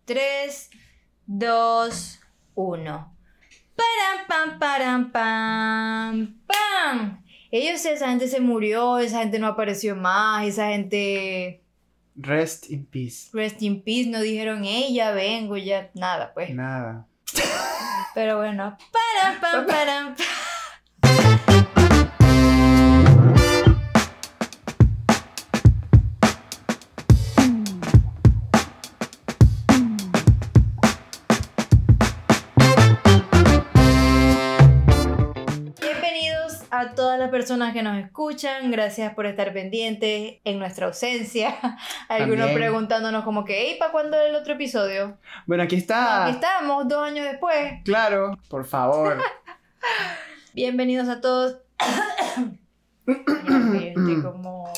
3, 2, 1. Param, pam. Esa gente se murió, esa gente no apareció más, esa gente... Rest in peace. Rest in peace, no dijeron, ya vengo, ya, nada, pues. Nada. Pero bueno, param. A todas las personas que nos escuchan, gracias por estar pendientes en nuestra ausencia. Algunos También preguntándonos como que, hey, ¿para cuándo el otro episodio? Bueno, aquí está. Aquí estamos, 2 años después. Claro, por favor. Bienvenidos a todos. Yo estoy como...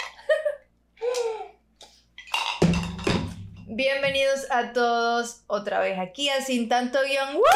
Bienvenidos a todos otra vez aquí a Sin Tanto Guión. ¡Woo!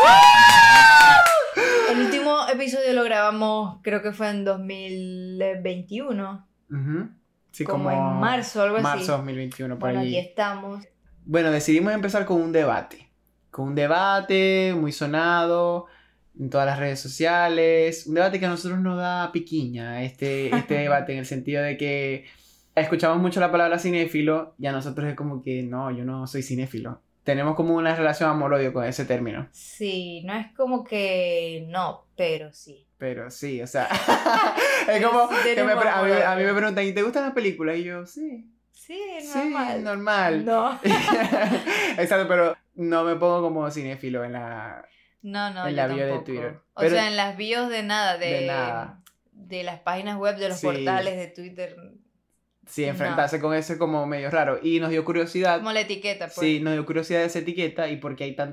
El último episodio lo grabamos, creo que fue en 2021. Sí, como en marzo, algo así. Marzo 2021, por bueno, allí. Aquí estamos. Bueno, decidimos empezar con un debate. Con un debate muy sonado en todas las redes sociales. Un debate que a nosotros nos da piquiña, este debate, en el sentido de que escuchamos mucho la palabra cinéfilo y a nosotros es como que no, yo no soy cinéfilo. Tenemos como una relación amor-odio con ese término. Sí, no es como que no, pero sí. Pero sí, o sea, es como Sí, que a mí me preguntan, ¿y te gustan las películas? Y yo, sí. Sí, normal. Sí, normal. No. Exacto, pero no me pongo como cinéfilo en la En la bio de Twitter. O sea, en las bios de nada, de nada. De las páginas web, de los Sí. portales de Twitter. Sí, enfrentarse con eso es como medio raro. Y nos dio curiosidad. Como la etiqueta, pues. Sí, nos dio curiosidad de esa etiqueta y porque hay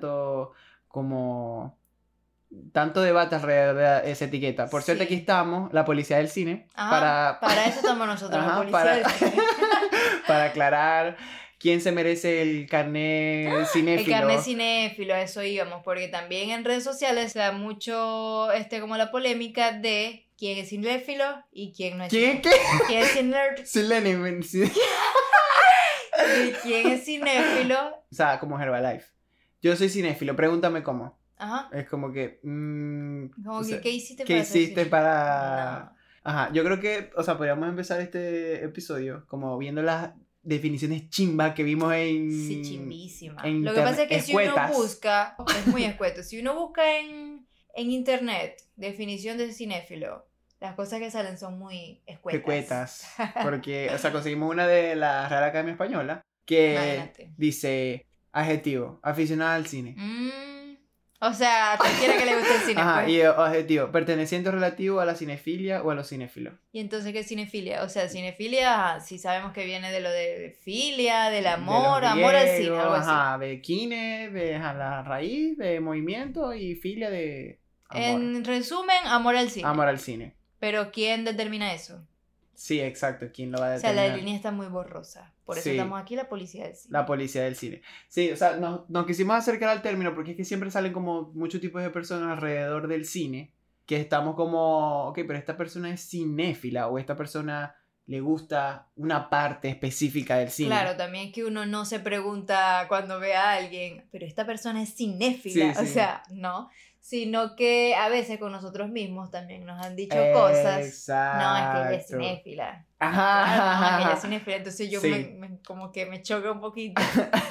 tanto debate alrededor de esa etiqueta. Por cierto, Sí. aquí estamos, la policía del cine. Ajá, para eso estamos nosotros, Ajá, la policía del cine. para aclarar quién se merece el carnet cinéfilo. El carnet cinéfilo, a eso íbamos, porque también en redes sociales se da mucho como la polémica de quién es cinéfilo y quién no es ¿Quién qué? ¿Quién es cinéfilo? Silenium, sí. ¿Y quién es cinéfilo? O sea, como Herbalife. Yo soy cinéfilo, pregúntame cómo. Ajá. Es como que... Como o sea, ¿qué hiciste ¿qué para ser hiciste cinéfilo? para...? No. Ajá, yo creo que, o sea, podríamos empezar este episodio como viendo las definiciones chimba que vimos en... Sí, chimbísima. en Lo que pasa es que escuetas. si uno busca, es muy escueto, si uno busca en internet definición de cinéfilo, las cosas que salen son muy escuetas. Porque, o sea, conseguimos una de la Real Academia Española que Imagínate. dice, adjetivo, aficionado al cine. O sea, cualquiera que le guste el cine. Ajá, pues. y adjetivo, perteneciente o relativo a la cinefilia o a los cinéfilos. Y entonces, ¿qué es cinefilia? O sea, cinefilia, sí sabemos que viene de lo de filia, del amor, De los amor al cine, griegos, algo así. Ajá, de kine, de la raíz, de movimiento y filia de amor. En resumen, amor al cine. Amor al cine. Pero ¿quién determina eso? Sí, exacto, ¿quién lo va a O sea, determinar? la línea está muy borrosa. Por eso Sí. estamos aquí, la policía del cine. La policía del cine. Sí, o sea, nos quisimos acercar al término porque es que siempre salen como muchos tipos de personas alrededor del cine que estamos como, ok, pero esta persona es cinéfila o esta persona le gusta una parte específica del cine. Claro, también es que uno no se pregunta cuando ve a alguien, pero esta persona es cinéfila. Sí, O sí. sea, no. Sino que a veces con nosotros mismos también nos han dicho cosas. Exacto. No, es que ella es cinéfila. Ajá. Claro, no, es que ella es cinéfila. Entonces yo Sí. como que me choca un poquito.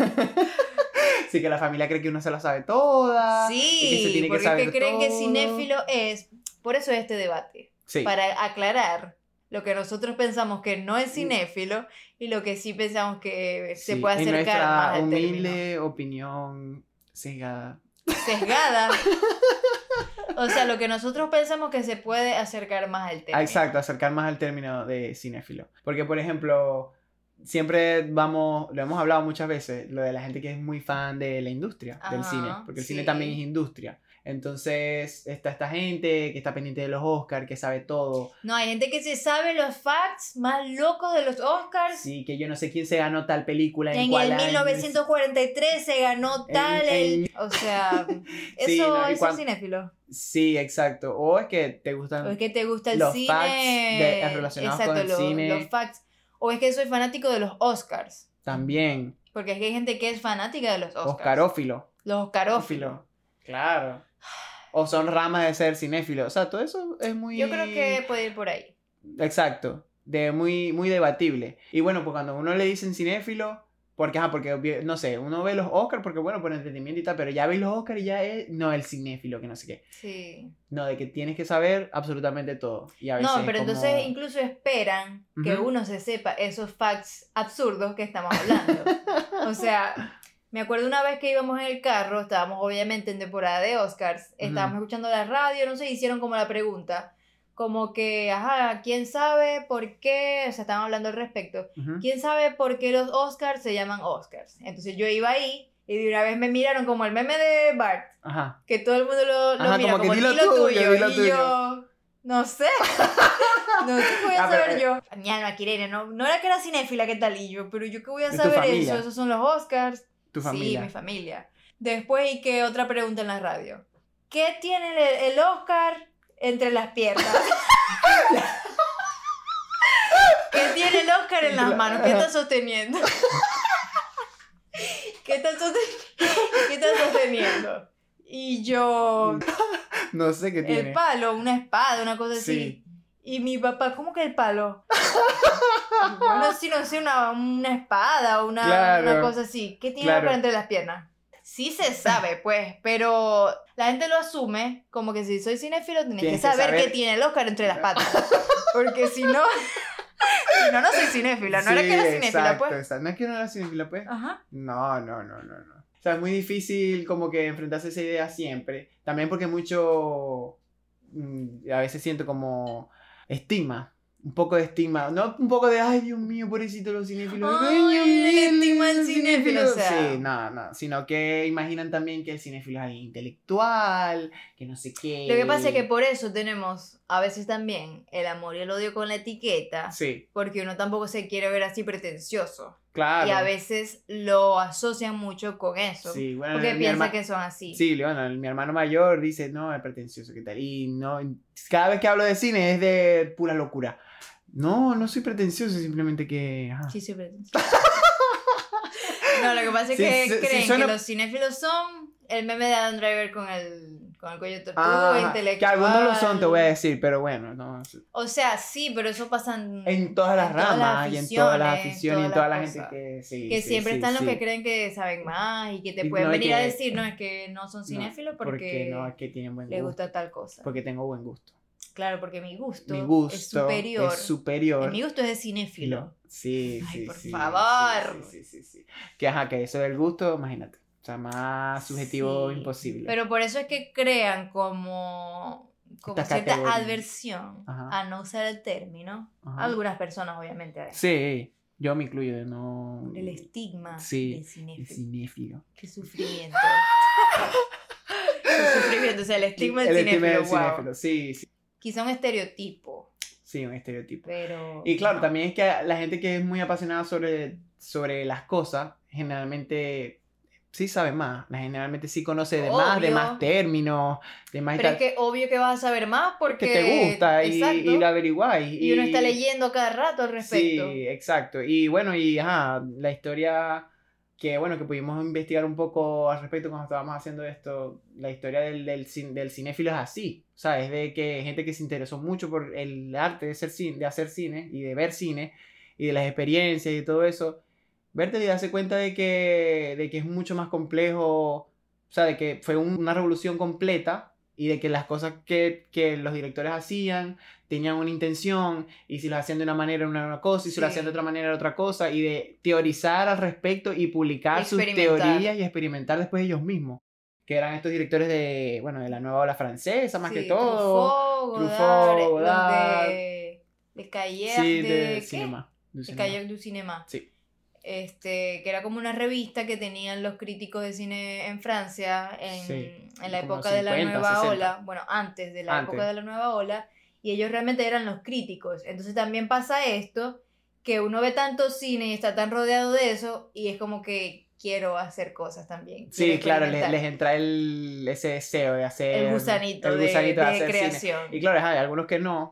Sí, que la familia cree que uno se la sabe toda. Y que se Sí, tiene que porque saber es que creen que todo. cinéfilo es... Por eso es este debate. Sí. Para aclarar lo que nosotros pensamos que no es cinéfilo y lo que sí pensamos que se Sí, puede en acercar nuestra más al humilde opinión sesgada. término. Sesgada. O sea, lo que nosotros pensamos que se puede acercar más al término. Exacto, acercar más al término de cinéfilo. Porque, por ejemplo, siempre lo hemos hablado muchas veces, lo de la gente que es muy fan de la industria del Ajá, cine. Porque el cine sí. también es industria. Entonces, está esta gente que está pendiente de los Oscars, que sabe todo. No, hay gente que se sabe los facts más locos de los Oscars. Sí, que yo no sé quién se ganó tal película. En cuál el año. 1943 se ganó tal o sea, eso Sí, no, y es cuando- cinéfilo. Sí, exacto. O es que te gustan O es que te gusta el los cine. facts relacionados con el cine. Los facts. O es que soy fanático de los Oscars. También. Porque es que hay gente que es fanática de los Oscars. Oscarófilo. Los Oscarófilos. Ófilo. Claro. O son ramas de ser cinéfilo. O sea, todo eso es muy... Yo creo que puede ir por ahí. Exacto. Muy, muy debatible. Y bueno, pues cuando a uno le dicen cinéfilo... Porque, no sé, uno ve los Oscars porque, bueno, por entretenimiento y tal, pero ya ve los Oscars y ya es, no, el cinéfilo, que no sé qué. Sí. No, de que tienes que saber absolutamente todo. Y a veces No, pero como... entonces incluso esperan que Ujú. uno se sepa esos facts absurdos que estamos hablando. O sea, me acuerdo una vez que íbamos en el carro, estábamos obviamente en temporada de Oscars, estábamos escuchando la radio, no sé, hicieron como la pregunta, como que, ajá, ¿quién sabe por qué? O sea, estaban hablando al respecto. Ujú. ¿Quién sabe por qué los Oscars se llaman Oscars? Entonces yo iba ahí y de una vez me miraron como el meme de Bart, Ajá. que todo el mundo lo Ajá, mira como que como dilo dilo tuyo, tuyo. dilo Y tuyo. yo, no sé. No sé qué voy a Ah, pero, saber yo. Ñano, Akirene, no era que era cinéfila, ¿qué tal? Y yo, pero yo qué voy a ¿Es tu saber familia? eso, esos son los Oscars. Tu Sí, familia. mi familia. Después, ¿y qué otra pregunta en la radio? ¿Qué tiene el Oscar entre las piernas? ¿Qué tiene el Oscar en las manos? ¿Qué está sosteniendo? ¿Qué está sosteniendo? Y yo, No sé qué tiene. el palo, una espada, una cosa Sí. así. Y mi papá, ¿cómo que el palo? Bueno, sí, no sé, una espada o una Claro, cosa así. ¿Qué tiene claro. Oscar entre las piernas? Sí se sabe, pues, pero la gente lo asume como que si soy cinéfilo tienes que saber qué tiene el Oscar entre las patas. Porque si no no soy cinéfila. No era que era cinéfila, exacto, pues. exacto. No es que no era cinéfila, pues. Ajá. No. O sea, es muy difícil como que enfrentarse a esa idea siempre. También porque mucho... a veces siento como estigma. Un poco de estigma. No un poco de, ay, Dios mío, pobrecito los cinéfilos. Ay, Dios el mío, estigma del cinéfilo, o sea. Sí, no. Sino que imaginan también que el cinéfilo es alguien intelectual, que no sé qué. Lo que pasa es que por eso tenemos a veces también el amor y el odio con la etiqueta. Sí, Porque uno tampoco se quiere ver así pretencioso. claro. Y a veces lo asocian mucho con eso. Sí, bueno, Porque mi piensan herma- que son así. Sí, bueno, mi hermano mayor dice, no, es pretencioso, ¿qué tal? Y no, cada vez que hablo de cine es de pura locura. No soy pretencioso, simplemente que... ajá. Sí, soy pretencioso. No, lo que pasa es Sí, que sí, creen suena- que los cinéfilos son el meme de Adam Driver con el cuello tortuga, Ajá, intelectual. que algunos lo son, te voy a decir, pero bueno, no. O sea, sí, pero eso pasa En todas las ramas y en todas las aficiones y en toda la gente cosas. que... Sí, Que sí, siempre sí, están los sí. que creen que saben más y que te Y pueden no, y venir a que- decir, no, es que no son cinéfilos porque no, es que tienen buen les gusto. gusta tal cosa. Porque tengo buen gusto. Claro, porque mi gusto, Mi gusto es superior. Es superior. Mi gusto es de cinéfilo. Sí, Ay, sí, por sí, favor. Sí. Que ajá, que eso del gusto, imagínate. O sea, más subjetivo Sí, imposible. Pero por eso es que crean como Estas cierta categorías. adversión Ajá. a no usar el término. Ajá. Algunas personas, obviamente. Sí, yo me incluyo, no... El estigma Sí, del el cinéfilo. cinéfilo. Qué sufrimiento. Qué sufrimiento. O sea, el estigma del El estigma cinéfilo. del Wow. cinéfilo, sí. Quizá un estereotipo, Sí, un estereotipo. pero... Y claro, no. también es que la gente que es muy apasionada sobre las cosas, generalmente sí sabe más. Generalmente sí conoce de más Obvio. términos, de más... y Pero tal, es que obvio que vas a saber más porque... que te gusta Exacto. y lo averiguáis. Y uno está leyendo cada rato al respecto. Sí, exacto. Y bueno, ajá, la historia que pudimos investigar un poco al respecto cuando estábamos haciendo esto, la historia del cinéfilo es así. O sea, es de que gente que se interesó mucho por el arte de hacer cine y de ver cine y de las experiencias y todo eso, verte y darse cuenta de que es mucho más complejo, o sea, de que fue una revolución completa y de que las cosas que los directores hacían tenían una intención, y si lo hacían de una manera era una cosa, y si lo Sí. hacían de otra manera era otra cosa, y de teorizar al respecto y publicar sus Experimentar. teorías y experimentar después ellos mismos, que eran estos directores de la nueva ola francesa, más Sí, que todo. Truffaut, Godard. los de Cahiers Sí, de de ¿qué? cinema. De Cahiers du Cinéma. Sí. Que era como una revista que tenían los críticos de cine en Francia Sí, en la como época de la 50, nueva 60. ola, bueno, antes de la Antes. época de la nueva ola, y ellos realmente eran los críticos. Entonces también pasa esto, que uno ve tanto cine y está tan rodeado de eso, y es como que quiero hacer cosas también. Sí, quiero claro, experimentar. les entra ese deseo de hacer... el gusanito, el gusanito de hacer cine. creación. Y claro, hay algunos que no,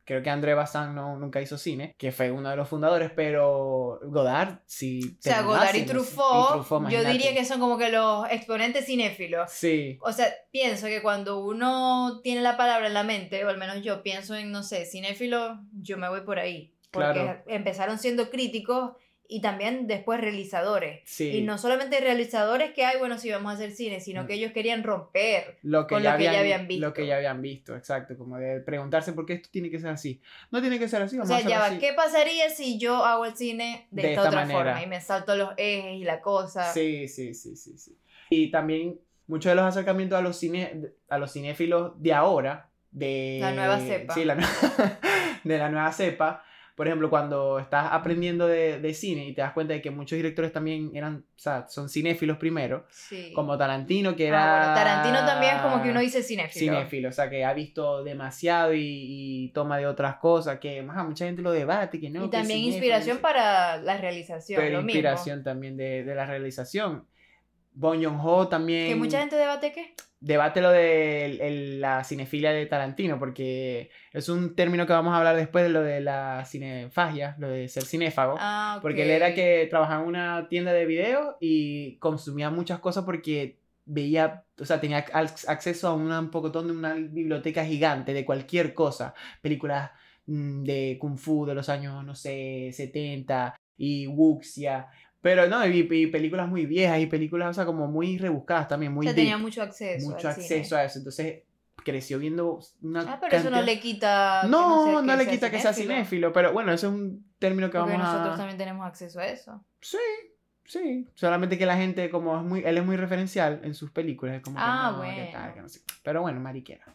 Creo que André Bazin nunca hizo cine, que fue uno de los fundadores, pero Godard sí. O sea, Godard y Truffaut, yo imagínate. diría que son como que los exponentes cinéfilos. Sí. O sea, pienso que cuando uno tiene la palabra en la mente, o al menos yo pienso en, no sé, cinéfilo, yo me voy por ahí. Porque Claro. empezaron siendo críticos y también después realizadores. Sí. Y no solamente realizadores que, ay, bueno, sí, vamos a hacer cine, sino que ellos querían romper lo que con ya lo que ya habían visto. Lo que ya habían visto, exacto. Como de preguntarse por qué esto tiene que ser así. No tiene que ser así, O vamos sea, a hacerlo ya va, así. ¿qué pasaría si yo hago el cine de esta otra manera. forma? Y me salto los ejes y la cosa. Sí. Y también muchos de los acercamientos a los cinéfilos de ahora, de La nueva cepa. Sí, de la nueva cepa. Por ejemplo, cuando estás aprendiendo de cine y te das cuenta de que muchos directores también son cinéfilos primero, Sí. como Tarantino, que era... Bueno, Tarantino también es como que uno dice cinéfilo. Cinéfilo, o sea, que ha visto demasiado y toma de otras cosas, que mucha gente lo debate, que no. Y que también cinéfilo, inspiración para la realización, pero lo inspiración mismo. también de la realización. Bong Joon-ho también... ¿Que mucha gente debate qué? Debate lo de la cinefilia de Tarantino, porque es un término que vamos a hablar después de lo de la cinefagia, lo de ser cinéfago. Ah, ok. Porque él era que trabajaba en una tienda de video y consumía muchas cosas porque veía, o sea, tenía acceso a un pocotón de una biblioteca gigante de cualquier cosa. Películas de Kung Fu de los años, no sé, 70 y wuxia. Pero no, y películas muy viejas y películas, o sea, como muy rebuscadas también, muy O sea, deep. tenía mucho acceso Mucho al acceso cine. a eso. Entonces creció viendo una Ah, pero eso no le quita que No sea le quita que sea cinéfilo, pero bueno, eso es un término que porque vamos nosotros a... también tenemos acceso a eso. Sí. Solamente que la gente, como él es muy referencial en sus películas, es como que no, bueno. que tal, que no sé. Pero bueno, mariquera.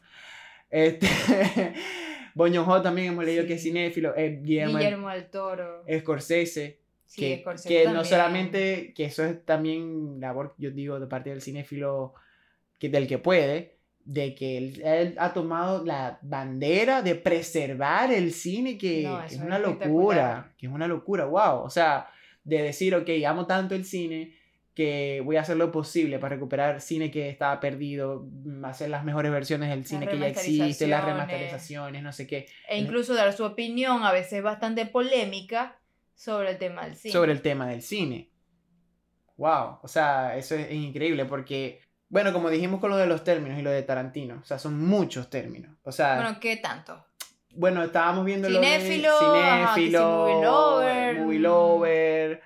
Bong Joon-ho también hemos leído que es cinéfilo. Guillermo del Toro. Scorsese. Sí, Scorsese que no también. solamente, que eso es también labor, yo digo, de parte del cinéfilo, del que puede, de que él ha tomado la bandera de preservar el cine, que es una locura, wow, o sea, de decir, ok, amo tanto el cine que voy a hacer lo posible para recuperar cine que estaba perdido, hacer las mejores versiones del cine que ya existe, las remasterizaciones, no sé qué. E incluso dar su opinión, a veces bastante polémica, sobre el tema del cine. Sobre el tema del cine. Wow, o sea, eso es increíble porque, bueno, como dijimos con lo de los términos y lo de Tarantino, o sea, son muchos términos. O sea, bueno, ¿qué tanto? Bueno, estábamos viendo cinéfilo, lo de cinéfilo, movie lover.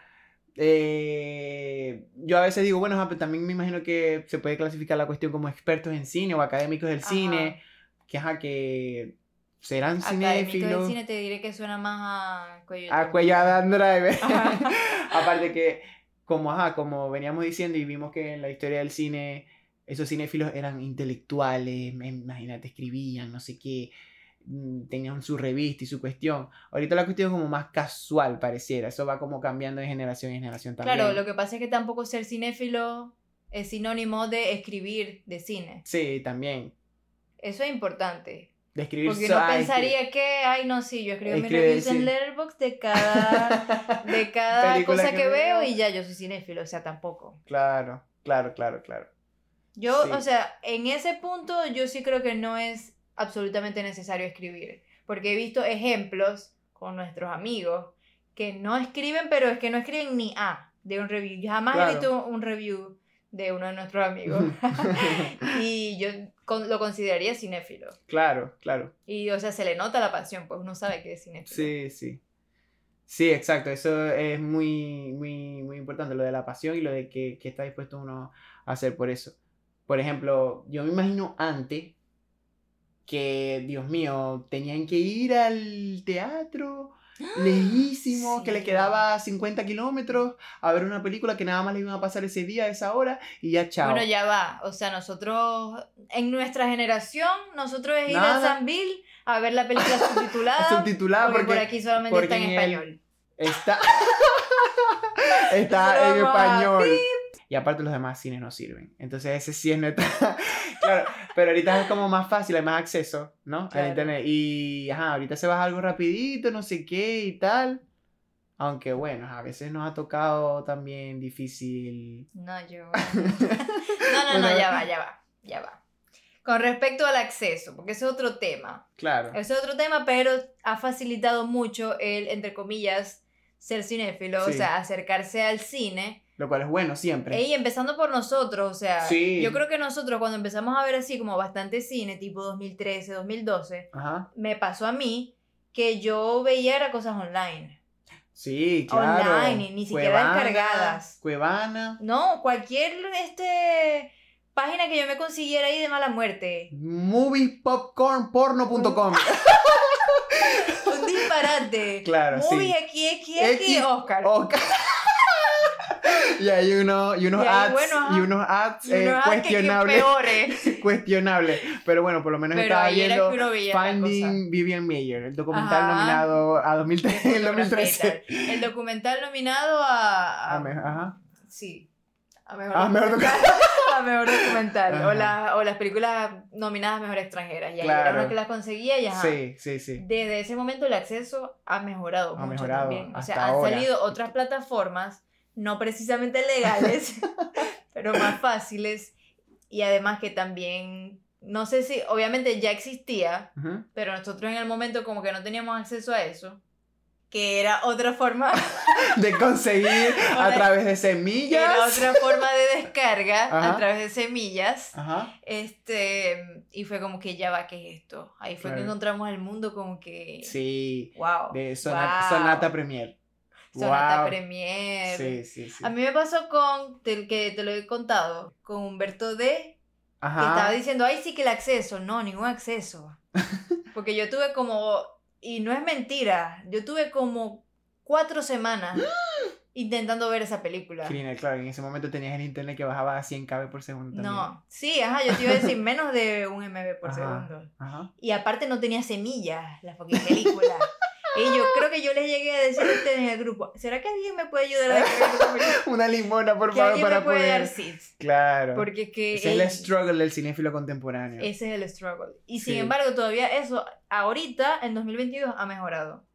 Yo a veces digo, bueno, también me imagino que se puede clasificar la cuestión como expertos en cine o académicos del cine, que serán cinéfilos. Académicos del cine te diré que suena más a cuello Adam Driver. Aparte que, como veníamos diciendo y vimos que en la historia del cine esos cinéfilos eran intelectuales, imagínate, escribían, no sé qué, tenían su revista y su cuestión. Ahorita la cuestión es como más casual, pareciera. Eso va como cambiando de generación en generación también. Claro, lo que pasa es que tampoco ser cinéfilo es sinónimo de escribir de cine. Sí, también. Eso es importante. De escribir. Porque uno pensaría que, ay, no, sí, yo escribo mis reviews en Letterboxd de cada cosa que veo y ya yo soy cinéfilo, o sea, tampoco. Claro. Yo, sí. O sea, en ese punto yo sí creo que no es absolutamente necesario escribir, porque he visto ejemplos con nuestros amigos que no escriben, pero es que no escriben ni A de un review. Yo jamás he visto un review de uno de nuestros amigos y yo lo consideraría cinéfilo. Claro. Y, o sea, se le nota la pasión, pues uno sabe que es cinéfilo. Sí, exacto. Eso es muy, muy, muy importante, lo de la pasión y lo de que está dispuesto uno a hacer por eso. Por ejemplo, yo me imagino antes que, Dios mío, tenían que ir al teatro lejísimo, sí. que le quedaba 50 kilómetros a ver una película que nada más le iban a pasar ese día, a esa hora, y ya chao. Bueno, ya va, o sea, nosotros, en nuestra generación, nosotros es ir a San Bill a ver la película subtitulada, porque por aquí solamente está en español. Está en español. Y aparte los demás cines no sirven. Entonces ese sí es nuestra... Claro, pero ahorita es como más fácil, hay más acceso, ¿no? Claro. Al internet. Y ahorita se baja algo rapidito, no sé qué y tal. Aunque bueno, a veces nos ha tocado también difícil... No, ya va. Con respecto al acceso, porque ese es otro tema. Claro. Ese es otro tema, pero ha facilitado mucho el, entre comillas, ser cinéfilo, Sí. o sea, acercarse al cine. Lo cual es bueno siempre. Y empezando por nosotros, o sea, Sí. yo creo que nosotros cuando empezamos a ver así como bastante cine, tipo 2013, 2012, Ajá. me pasó a mí que yo veía era cosas online. Sí, claro. Online, ni siquiera descargadas. Cuevana. No, cualquier página que yo me consiguiera ahí de mala muerte. Moviespopcornporno.com. Un disparate. Claro, Movie sí. aquí, Oscar. Oscar. Y hay unos Y hay, ads, bueno, ajá. y unos ads Y unos cuestionables. peores. Cuestionables. Pero bueno, por lo menos Pero estaba ahí era viendo que uno veía la Finding cosa. Vivian Mayer, el documental Ajá. nominado a 2013, en Fotografía y 2013. tal. El documental nominado a Ajá. sí, a mejor Ah, mejor documental. A mejor documental. Ajá. O las películas nominadas a mejor extranjeras. Y ahí Claro. era uno que las conseguía y ajá. Sí, sí, sí. Desde ese momento el acceso ha mejorado Ha mucho mejorado, también. O hasta sea, han ahora. salido otras plataformas, no precisamente legales, pero más fáciles. Y además que también, no sé si, obviamente ya existía, Ujú. pero nosotros en el momento como que no teníamos acceso a eso. Que era otra forma, De conseguir a Otra- través de que semillas. era otra forma de descarga Ajá. a través de semillas. Ajá. Y fue como que ya va, ¿qué es esto? Ahí fue que Claro. encontramos el mundo como que, Sí. wow. De wow. Sonata Premier. Sonata Wow. Premier. Sí, sí, sí. A mí me pasó que te lo he contado, con Humberto D, que estaba Ajá. diciendo, ay, sí que el acceso. No, ningún acceso. Porque yo tuve como, y no es mentira, yo tuve como 4 semanas intentando ver esa película. Genial, claro, en ese momento tenías el internet que bajaba a 100 kb por segundo también. No, sí, ajá, yo te iba a decir menos de 1 MB por Ajá. segundo. Ajá. Y aparte no tenía semillas la fucking película. Y yo creo que yo les llegué a decir a ustedes en el grupo, ¿será que alguien me puede ayudar a descargar esta película? Una limona, por Que favor, alguien para me puede dar poder. seeds. Claro. Porque es que Ese es el struggle del cinéfilo contemporáneo. ese es el struggle. Y Sí. sin embargo, todavía eso, ahorita, en 2022, ha mejorado.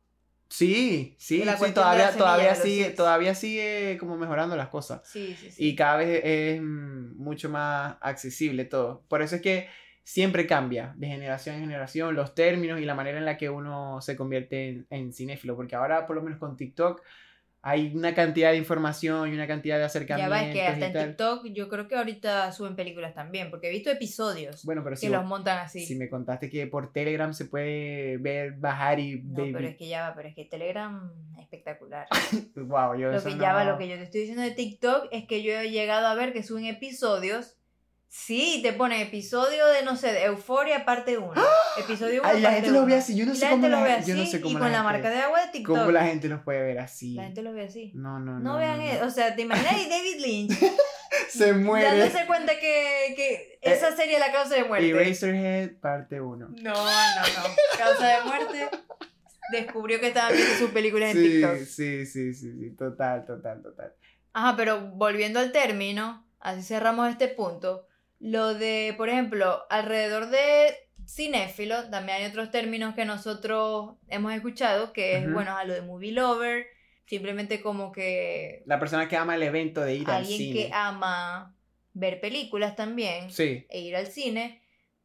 Sí, sí, La sí, cuestión de la semilla de los todavía seeds. sigue como mejorando las cosas. Sí, sí, sí. Y cada vez es mucho más accesible todo. Por eso es que siempre cambia de generación en generación los términos y la manera en la que uno se convierte en cinéfilo. Porque ahora, por lo menos con TikTok, hay una cantidad de información y una cantidad de Ya acercamientos va, es que hasta y en tal. TikTok yo creo que ahorita suben películas también, porque he visto episodios Bueno, pero que si, los montan así. si me contaste que por Telegram se puede ver, bajar y... No, pero es que ya va, pero es que Telegram es espectacular. Wow, yo Lo eso que no... ya va, lo que yo te estoy diciendo de TikTok es que yo he llegado a ver que suben episodios. Sí, te ponen episodio de, no sé, de Euforia parte 1. Episodio 1, Ay, la parte gente los ve 1. así, yo no Y sé la cómo gente los ve yo no así, sé cómo y la con la gente- marca de agua de TikTok. ¿Cómo la gente los puede ver así? La gente los ve así. No, no, No no. vean no. eso. O sea, ¿te imaginas? Y David Lynch Se muere. dándose cuenta que esa serie es la causa de muerte. Eraserhead, parte 1. No. Causa de muerte. Descubrió que estaban viendo sus películas en Sí, TikTok. sí. Total. Ajá, pero volviendo al término, así cerramos este punto. Lo de, por ejemplo, alrededor de cinéfilo, también hay otros términos que nosotros hemos escuchado, que es, Ujú. bueno, a lo de movie lover, simplemente como que La persona que ama el evento de ir al alguien cine. que ama ver películas también Sí, e ir al cine,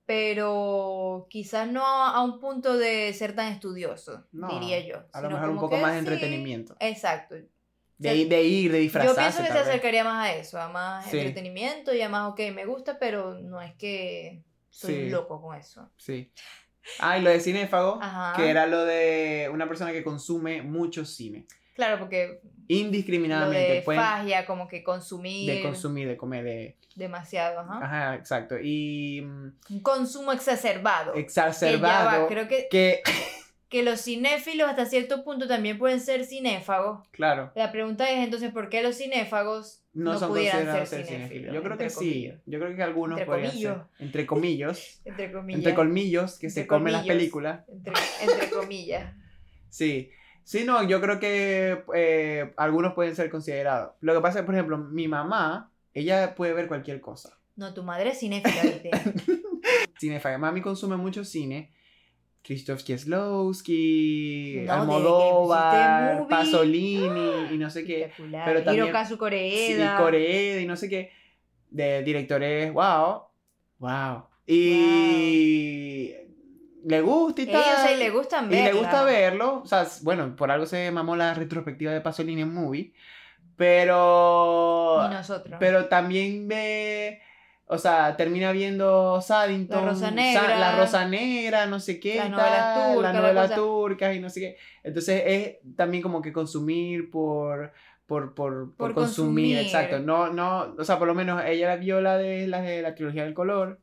pero quizás no a un punto de ser tan estudioso, No, diría yo. a lo sino mejor un como poco que más de sí, entretenimiento. Exacto. De ir, de disfrazarse. Yo pienso que se tal vez. acercaría más a eso, a más Sí. entretenimiento y a más, ok, me gusta, pero no es que soy Sí. loco con eso. Sí. Ah, y lo de cinéfago, Ajá. que era lo de una persona que consume mucho cine. Claro, porque lo Indiscriminadamente. de pueden fagia, como que consumir de consumir, de comer, de... demasiado, ajá. Ajá, exacto. Y Un consumo exacerbado. Que ya exacerbado. va, creo que los cinéfilos hasta cierto punto también pueden ser cinéfagos. Claro, La pregunta es entonces, ¿por qué los cinéfagos no son pudieran considerados ser ser cinéfilos? cinéfilos. Yo creo que Entre sí. comillas. Yo creo que algunos Entre podrían comillos. ser. Entre comillas. Entre comillas. Entre colmillos, que Entre se comen las comillos. películas. Entre comillas. Sí. Sí, no, yo creo que algunos pueden ser considerados. Lo que pasa es, por ejemplo, mi mamá, ella puede ver cualquier cosa. No, tu madre es cinéfila, ¿viste? Cinefaga. Mami consume mucho cine. Krzysztof Kieslowski, No, Almodóvar, de que pusiste Pasolini y no sé qué. Espectacular. Pero también- Hirokazu Sí, Koreeda. y Coreeda y no sé qué. De directores, wow. Y le gusta y tal. O sea, y le gustan Y verla. le gusta verlo. O sea, bueno, por algo se mamó la retrospectiva de Pasolini en Movie. Pero... Y nosotros. Pero también ve... O sea, termina viendo Saddington. La Rosa Negra. La Rosa Negra, no sé qué. Las y novelas tal, turcas, las la novelas cosa. turcas y no sé qué. Entonces es también como que consumir por consumir, exacto. No, o sea, por lo menos ella vio la de la trilogía del color.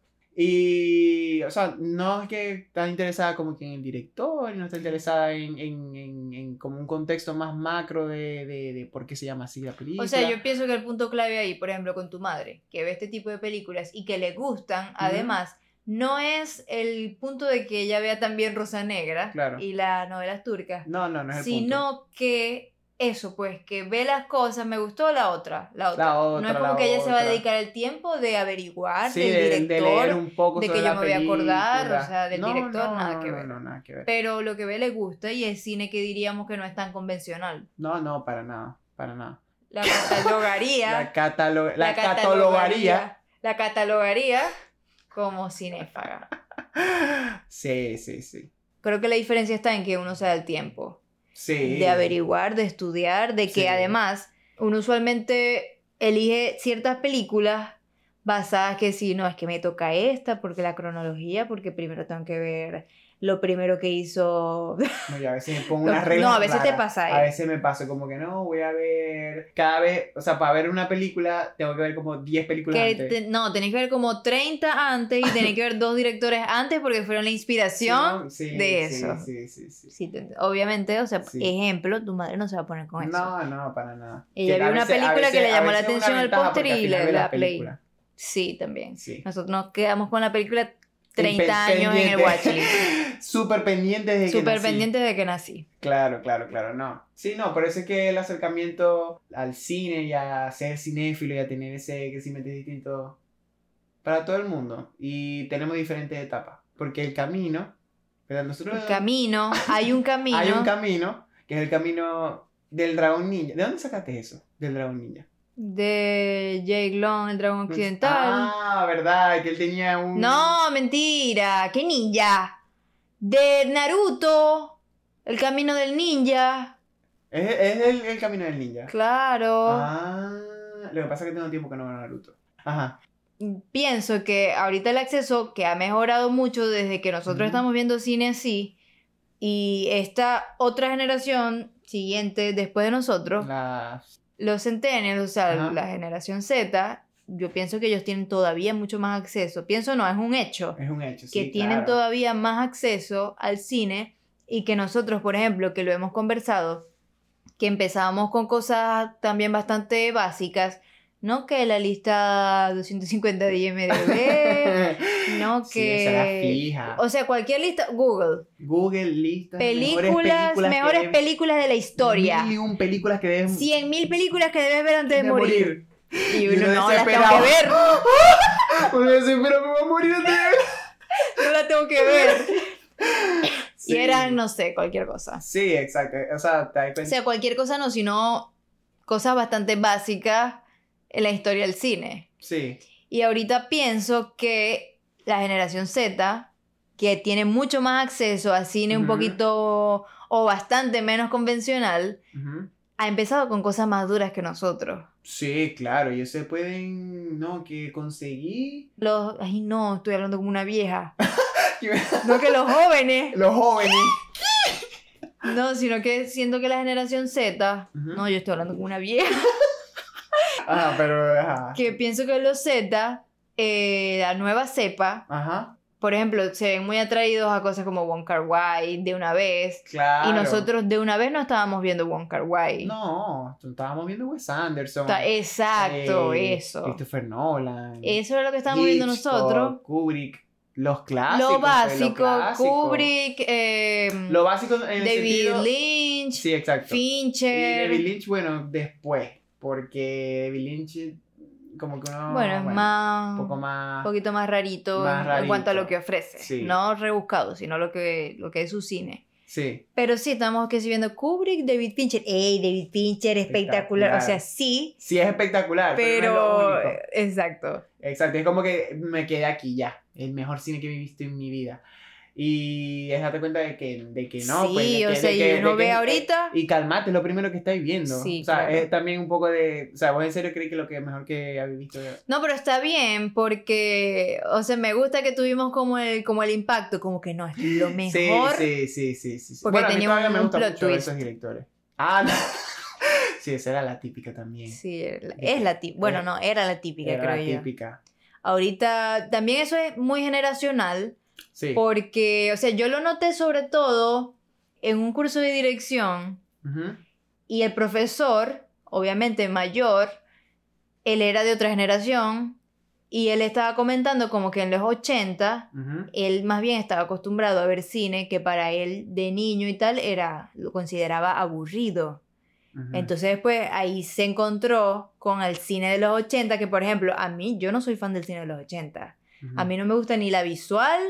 Y, o sea, no es que está interesada como que en el director, y no está interesada en como un contexto más macro de por qué se llama así la película. O sea, yo pienso que el punto clave ahí, por ejemplo, con tu madre, que ve este tipo de películas y que le gustan, además, no es el punto de que ella vea también Rosa Negra Claro. y las novelas turcas, No es el punto. sino que eso, pues, que ve las cosas, me gustó la otra. No es como la que ella se va a otra. dedicar el tiempo de averiguar Sí, del de director, leer un poco de sobre que yo la me voy a acordar, película. o sea, del director, nada que ver. No, nada que ver. Pero lo que ve le gusta y es cine que diríamos que no es tan convencional. No, para nada. La catalogaría. La catalogaría. La catalogaría como cinéfaga. Sí. Creo que la diferencia está en que uno se da el tiempo Sí. de averiguar, de estudiar, de que Sí. además uno usualmente elige ciertas películas basadas que si no, es que me toca esta, porque la cronología, porque primero tengo que ver lo primero que hizo. No, yo a veces me pongo unas reglas No, a veces raras. te pasa A veces me paso como que no, voy a ver cada vez, o sea, para ver una película tengo que ver como 10 películas antes. No, tenés que ver como 30 antes y tenés que ver 2 directores antes porque fueron la inspiración Sí, de eso. Sí. Sí, obviamente, o sea, Sí. ejemplo, tu madre no se va a poner con eso. No, para nada. Ella Que vio a una veces- a película que veces- le llamó a la veces es una atención al ventaja póster porque al y final le ve la la play. película. Sí, también. Sí. Nosotros nos quedamos con la película 30 años en el watchlist. Súper pendientes de que Súper nací. pendientes de que nací. Claro, no. Sí, no, por eso es que el acercamiento al cine y a ser cinéfilo y a tener ese crecimiento es distinto para todo el mundo. Y tenemos diferentes etapas. Porque el camino, ¿verdad? Nosotros El camino, hay un camino. hay un camino, que es el camino del dragón ninja. ¿De dónde sacaste eso? Del dragón ninja. De Jake Long, el dragón occidental. Ah, verdad, que él tenía un... No, mentira. ¿Qué ninja? De Naruto. El camino del ninja. Es el camino del ninja. Claro. Ah, lo que pasa es que tengo tiempo que no veo Naruto. Ajá. Pienso que ahorita el acceso que ha mejorado mucho desde que nosotros estamos viendo cine así y esta otra generación siguiente después de nosotros, los centennials, o sea, Ajá. la generación Z, yo pienso que ellos tienen todavía mucho más acceso. Pienso no, es un hecho. Es un hecho, Que sí, tienen claro. todavía más acceso al cine y que nosotros, por ejemplo, que lo hemos conversado, que empezábamos con cosas también bastante básicas, no que la lista 250 de IMDb, no Sí, esa era que... fija. O sea, cualquier lista, Google. Google lista de Mejores películas de la historia. 1001 películas que deben 100.000 películas que debes ver antes de morir. Y Y uno uno no las tengo desesperado. que ver. Uno dice, pero me voy a morir antes de ver. No las tengo que ver. Sí. Y eran, no sé, cualquier cosa. Sí, exacto. O sea, te das O cuenta. sea, cualquier cosa no, sino cosas bastante básicas en la historia del cine. Sí. Y ahorita pienso que la generación Z, que tiene mucho más acceso a cine un Ujú. poquito o bastante menos convencional, Ujú. ha empezado con cosas más duras que nosotros. Sí, claro. Y se pueden, no, que conseguí. Ay, no, estoy hablando como una vieja. No que los jóvenes. Los jóvenes. No, sino que siento que la generación Z, Ujú. no, yo estoy hablando como una vieja, Ajá, pero. Ajá. que pienso que los Z, la nueva cepa, Ajá. por ejemplo, se ven muy atraídos a cosas como Wong Kar-wai de una vez. Claro. Y nosotros de una vez no estábamos viendo Wong Kar-wai. No, estábamos viendo Wes Anderson. Exacto, eso. Christopher Nolan. Eso era lo que estábamos viendo Hitchcock, nosotros. Kubrick. Los clásicos. Lo pues, básico, clásico. Kubrick, Lo básico en el David sentido... Lynch, Sí, exacto. Y Fincher. David Lynch, bueno, después. Porque David Lynch, como que uno... Bueno, es más... un poco más... Un poquito más rarito, Más en cuanto a rarito. lo que ofrece. Sí. No rebuscado, sino lo que es su cine. Sí. Pero sí, estamos que si viendo Kubrick, David Fincher. ¡Ey, David Fincher, espectacular! O sea, sí. Sí, es espectacular, pero no es lo único. Exacto. Exacto, es como que me quedé aquí ya. El mejor cine que he visto en mi vida. Y date cuenta de que no, sí, pues. O sea, y uno ve ahorita. Y calmate, es lo primero que estáis viendo. Sí, o sea, claro. es también un poco de. O sea, vos en serio crees que lo que mejor que habéis visto. No, pero está bien, porque. O sea, me gusta que tuvimos como el impacto, como que no, es lo mejor. Sí. Porque Bueno, tenía a mí me gusta plot mucho twist. esos directores. Ah, no. Sí, esa era la típica también. Sí, es la típica. Bueno, no, era la típica, era creo la yo. típica. Ahorita, también eso es muy generacional. Sí. Porque, o sea, yo lo noté sobre todo en un curso de dirección Uh-huh. y el profesor, obviamente mayor, él era de otra generación y él estaba comentando como que en los 80 Uh-huh. él más bien estaba acostumbrado a ver cine que para él de niño y tal lo consideraba aburrido. Uh-huh. Entonces después ahí se encontró con el cine de los 80 que por ejemplo yo no soy fan del cine de los 80. Uh-huh. A mí no me gusta ni la visual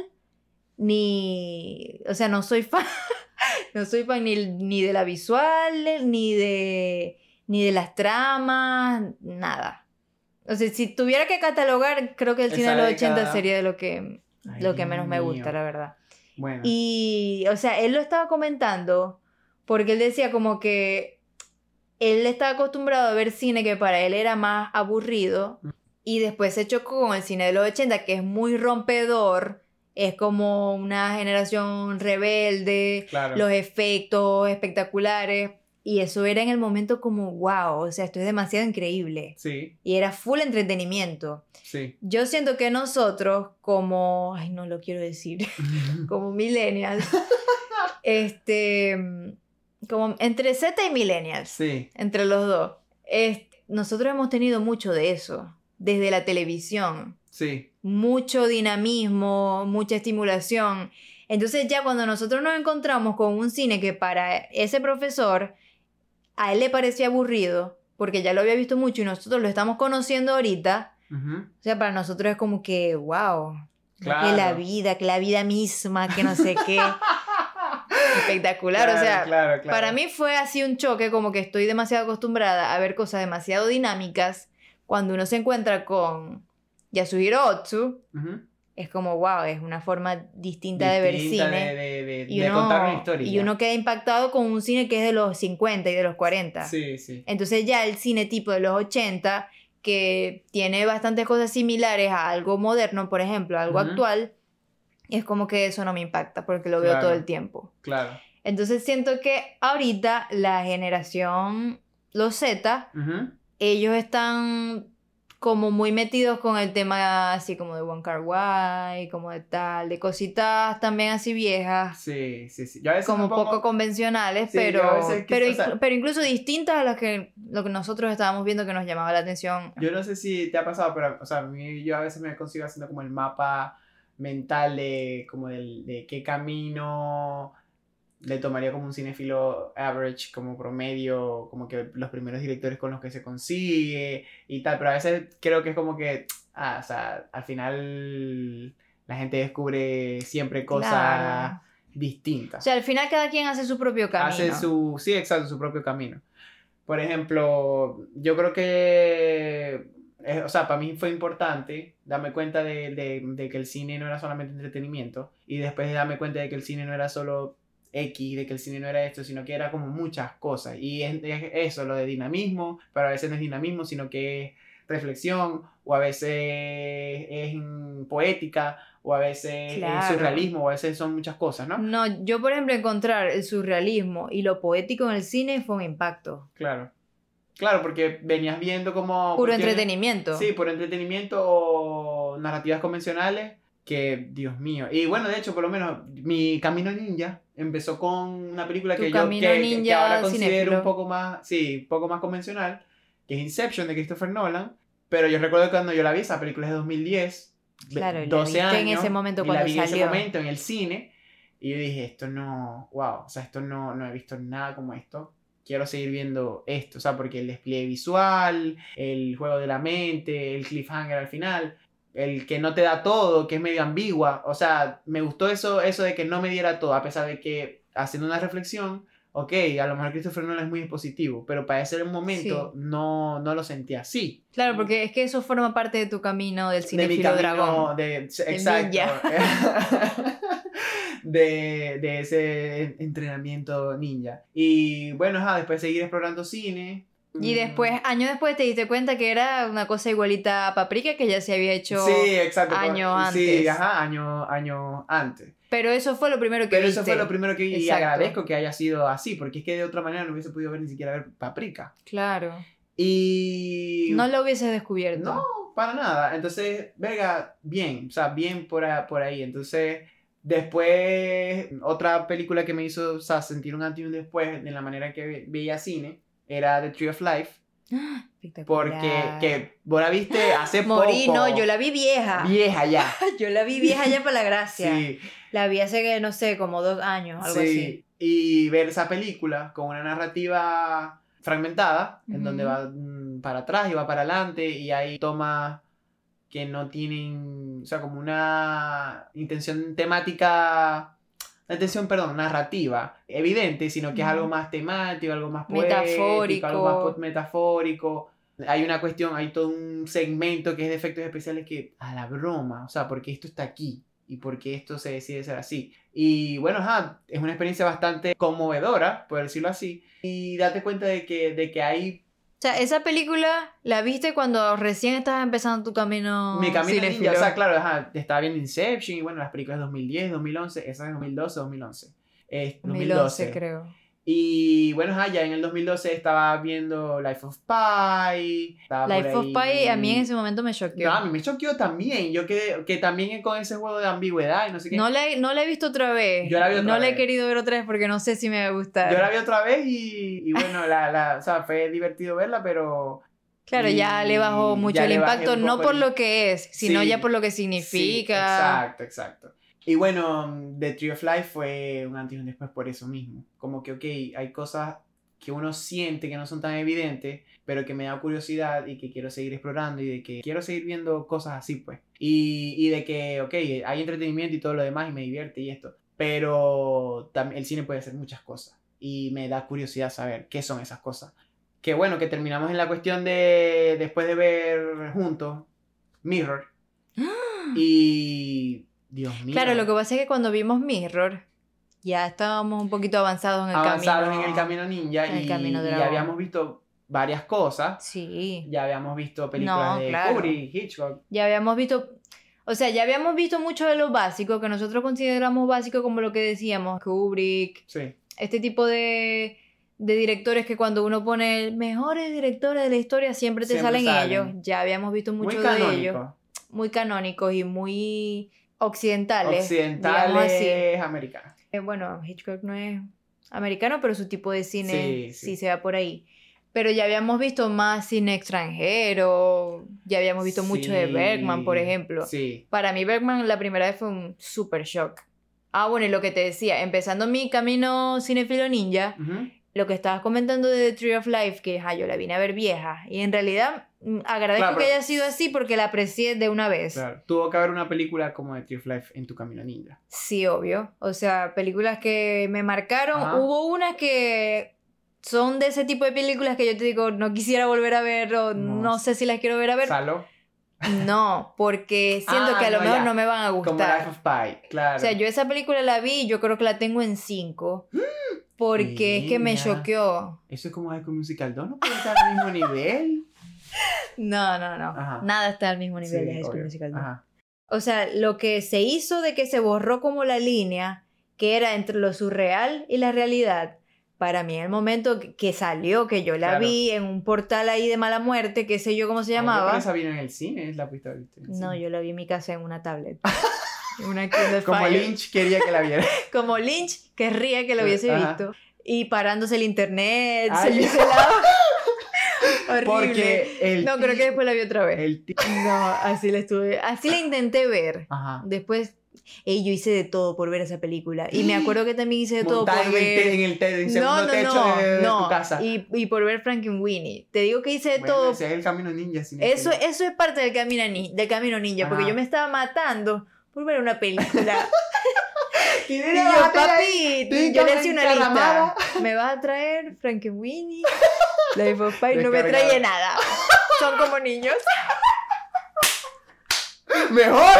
o sea, no soy fan ni de la visual, ni de las tramas, nada. O sea, si tuviera que catalogar, creo que el cine de los 80 sería de lo que menos me gusta, la verdad. Bueno. Y, o sea, él lo estaba comentando porque él decía como que él estaba acostumbrado a ver cine que para él era más aburrido y después se chocó con el cine de los 80 que es muy rompedor. Es como una generación rebelde, claro. Los efectos espectaculares. Y eso era en el momento como, wow, o sea, esto es demasiado increíble. Sí. Y era full entretenimiento. Sí. Yo siento que nosotros, como, ay, no lo quiero decir, como millennials, como entre Z y millennials, sí. entre los dos, nosotros hemos tenido mucho de eso, desde la televisión. Sí. Mucho dinamismo, mucha estimulación. Entonces ya cuando nosotros nos encontramos con un cine que para ese profesor a él le parecía aburrido, porque ya lo había visto mucho y nosotros lo estamos conociendo ahorita, uh-huh. O sea, para nosotros es como que, wow, claro. que la vida misma, que no sé qué. Espectacular, claro, o sea, claro. Para mí fue así un choque, como que estoy demasiado acostumbrada a ver cosas demasiado dinámicas, cuando uno se encuentra con Yasuhiro Ozu, uh-huh. es como, wow, es una forma distinta de ver cine. De contar una historia. Y uno queda impactado con un cine que es de los 50 y de los 40. Sí, sí. Entonces ya el cine tipo de los 80, que tiene bastantes cosas similares a algo moderno, por ejemplo, algo uh-huh. actual, es como que eso no me impacta porque lo veo todo el tiempo. Claro. Entonces siento que ahorita la generación, los Z, uh-huh. ellos están como muy metidos con el tema así como de Wong Kar-wai, como de tal, de cositas también así viejas. Sí. Yo a veces como poco convencionales, sí, pero incluso distintas a lo que nosotros estábamos viendo que nos llamaba la atención. Yo no sé si te ha pasado, pero o sea, yo a veces me consigo haciendo como el mapa mental de qué camino le tomaría como un cinéfilo average, como promedio, como que los primeros directores con los que se consigue y tal, pero a veces creo que es como que, o sea, al final la gente descubre siempre cosas distintas. O sea, al final cada quien hace su propio camino. Sí, exacto, su propio camino. Por ejemplo, yo creo que, o sea, para mí fue importante darme cuenta de que el cine no era solamente entretenimiento y después de darme cuenta de que el cine no era solo X, de que el cine no era esto, sino que era como muchas cosas. Y es eso, lo de dinamismo, pero a veces no es dinamismo, sino que es reflexión, o a veces es poética, o a veces es surrealismo, o a veces son muchas cosas, ¿no? No, yo por ejemplo encontrar el surrealismo y lo poético en el cine fue un impacto. Claro, porque venías viendo como... Puro entretenimiento. Sí, puro entretenimiento o narrativas convencionales que, Dios mío. Y bueno, de hecho, por lo menos, mi camino ninja empezó con una película que ahora considero un poco más convencional, que es Inception, de Christopher Nolan. Pero yo recuerdo que cuando yo la vi, esa película es de 2010, claro, 12 años. En ese momento cuando la vi salió. en ese momento en el cine. Y yo dije, esto no he visto nada como esto. Quiero seguir viendo esto, o sea, porque el despliegue visual, el juego de la mente, el cliffhanger al final, el que no te da todo, que es medio ambigua, o sea, me gustó eso de que no me diera todo, a pesar de que haciendo una reflexión, ok, a lo mejor Christopher Nolan es muy expositivo, pero para ese momento no lo sentía así. Claro, porque es que eso forma parte de tu camino del De mi cinéfilo dragón. Exacto. ninja. de ese entrenamiento ninja. Y bueno, después seguir explorando cine. Y después, años después, te diste cuenta que era una cosa igualita a Paprika que ya se había hecho Sí, exacto. años antes. Sí, años antes. Pero eso fue lo primero que Pero viste. eso fue lo primero que vi y Exacto. agradezco que haya sido así, porque es que de otra manera no hubiese podido ver ni siquiera ver Paprika. Claro. Y... No lo hubieses descubierto. No, para nada. Entonces, verga, bien, o sea, bien por ahí. Entonces, después, otra película que me hizo, o sea, sentir un antes y un después en la manera que veía cine era The Tree of Life. Espectacular. Porque que vos la viste hace Morí, poco. no, yo la vi vieja. Vieja ya. Yo la vi vieja ya para la gracia. Sí. La vi hace, no sé, como 2 años, algo Sí. así. Y ver esa película con una narrativa fragmentada, en donde Ujú. va para atrás y va para adelante, y hay tomas que no tienen, o sea, como una intención temática, narrativa evidente, sino que es algo Ujú. más temático, algo más poético, Metafórico. algo más metafórico. Hay una cuestión, hay todo un segmento que es de efectos especiales que, a la broma, o sea, porque esto está aquí y porque esto se decide ser así. Y bueno, es una experiencia bastante conmovedora, por decirlo así, y date cuenta de que hay... O sea, esa película la viste cuando recién estabas empezando tu camino Mi camino cinéfilo. ninja, o sea, claro, estaba viendo Inception y bueno, las películas de 2010, 2011, esa es 2012, 2011. 2011, creo. Y bueno, ya en el 2012 estaba viendo Life of Pi. Life of Pi a mí en ese momento me choqueó. No, a mí me choqueó también. Yo quedé que también con ese juego de ambigüedad y no sé qué. No la he visto otra vez. Yo la vi otra no la he vez. querido ver otra vez porque no sé si me va a gustar. Yo la vi otra vez y bueno, o sea, fue divertido verla, pero... Claro, ya le bajó mucho ya el le bajé impacto, un no poco por el- lo que es, sino Sí, ya por lo que sí, significa. exacto. Y bueno, The Tree of Life fue un antes y un después por eso mismo. Como que, ok, hay cosas que uno siente que no son tan evidentes, pero que me da curiosidad y que quiero seguir explorando y de que quiero seguir viendo cosas así, pues. Y de que, ok, hay entretenimiento y todo lo demás y me divierte y esto. Pero también el cine puede hacer muchas cosas. Y me da curiosidad saber qué son esas cosas. Que bueno, que terminamos en la cuestión de, después de ver juntos, Mirror. Y... Dios mío. Claro, lo que pasa es que cuando vimos Mirror, ya estábamos un poquito avanzados en el Avanzados camino. en el camino ninja en el y camino ya dragón. habíamos visto varias cosas. Sí. Ya habíamos visto películas No, de claro. Kubrick, Hitchcock. Ya habíamos visto, o sea, ya habíamos visto mucho de lo básico, que nosotros consideramos básico como lo que decíamos, Kubrick, Sí. este tipo de directores que cuando uno pone mejores directores de la historia siempre te Siempre salen salen. ellos. Ya habíamos visto Muy mucho de ellos. canónico. Muy canónicos y muy occidentales. digamos así. Occidentales, americanos. Bueno, Hitchcock no es americano, pero su tipo de cine Sí. sí se va por ahí. Pero ya habíamos visto más cine extranjero, ya habíamos visto mucho de Sí, Bergman, por ejemplo. Sí. Para mí Bergman la primera vez fue un super shock. Ah, bueno, y lo que te decía, empezando mi camino cinefilo ninja, Ujú. lo que estabas comentando de The Tree of Life, que yo la vine a ver vieja, y en realidad agradezco Claro, que pero- haya sido así porque la aprecié de una vez. Claro. Tuvo que haber una película como The Tree of Life en tu camino ninja. Sí, obvio. O sea, películas que me marcaron. Ajá. Hubo unas que son de ese tipo de películas que yo te digo, no quisiera volver a ver o No. no sé si las quiero ver a ver. Salo. No, porque siento que a lo no, mejor ya. no me van a Como gustar. Life of Pi, claro. O sea, yo esa película la vi y yo creo que la tengo en 5. Porque es que me Niña. choqueó. Eso es como High School Musical 2, no puede estar al mismo nivel. No. Ajá. Nada está al mismo nivel Sí, de High School obvio. Musical 2. Ajá. O sea, lo que se hizo de que se borró como la línea que era entre lo surreal y la realidad, para mí en el momento que salió, que yo la Claro. vi en un portal ahí de mala muerte, qué sé yo cómo se Ay, yo llamaba. por esa vino en el cine, es la pista ¿viste? No, Sí. yo la vi en mi casa en una tablet. En una Kindle Como Fire. Lynch quería que la viera. Como Lynch querría que lo hubiese Ajá. visto. Y parándose el internet, Ay. se lado. Horrible. Porque el No, creo que después la vi otra vez. el ti- No, así la intenté ver. Ajá. Después, yo hice de todo por ver esa película. Y me acuerdo que también hice de todo Montada por ver... en el segundo techo de tu casa. Y por ver Frankenweenie. Te digo que hice de Bueno, todo. ese es el camino ninja. cinéfilo. Eso es parte del camino ninja, porque Ajá. yo me estaba matando por ver una película. Y Y yo, papi, yo le hacía una lista. Me vas a traer Frankenweenie, Life of Pi, no me traía nada. Son como niños. ¡Mejor!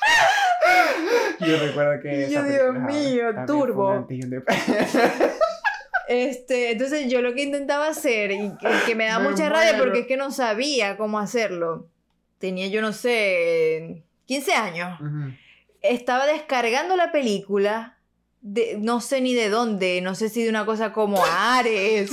Yo recuerdo que Y yo, esa Dios película mío, también turbo. fue un antes y un después. Entonces yo lo que intentaba hacer, y que me da Me mucha rabia muero. porque es que no sabía cómo hacerlo. Tenía, yo no sé, 15 años. Ujú. Estaba descargando la película, no sé ni de dónde, no sé si de una cosa como Ares.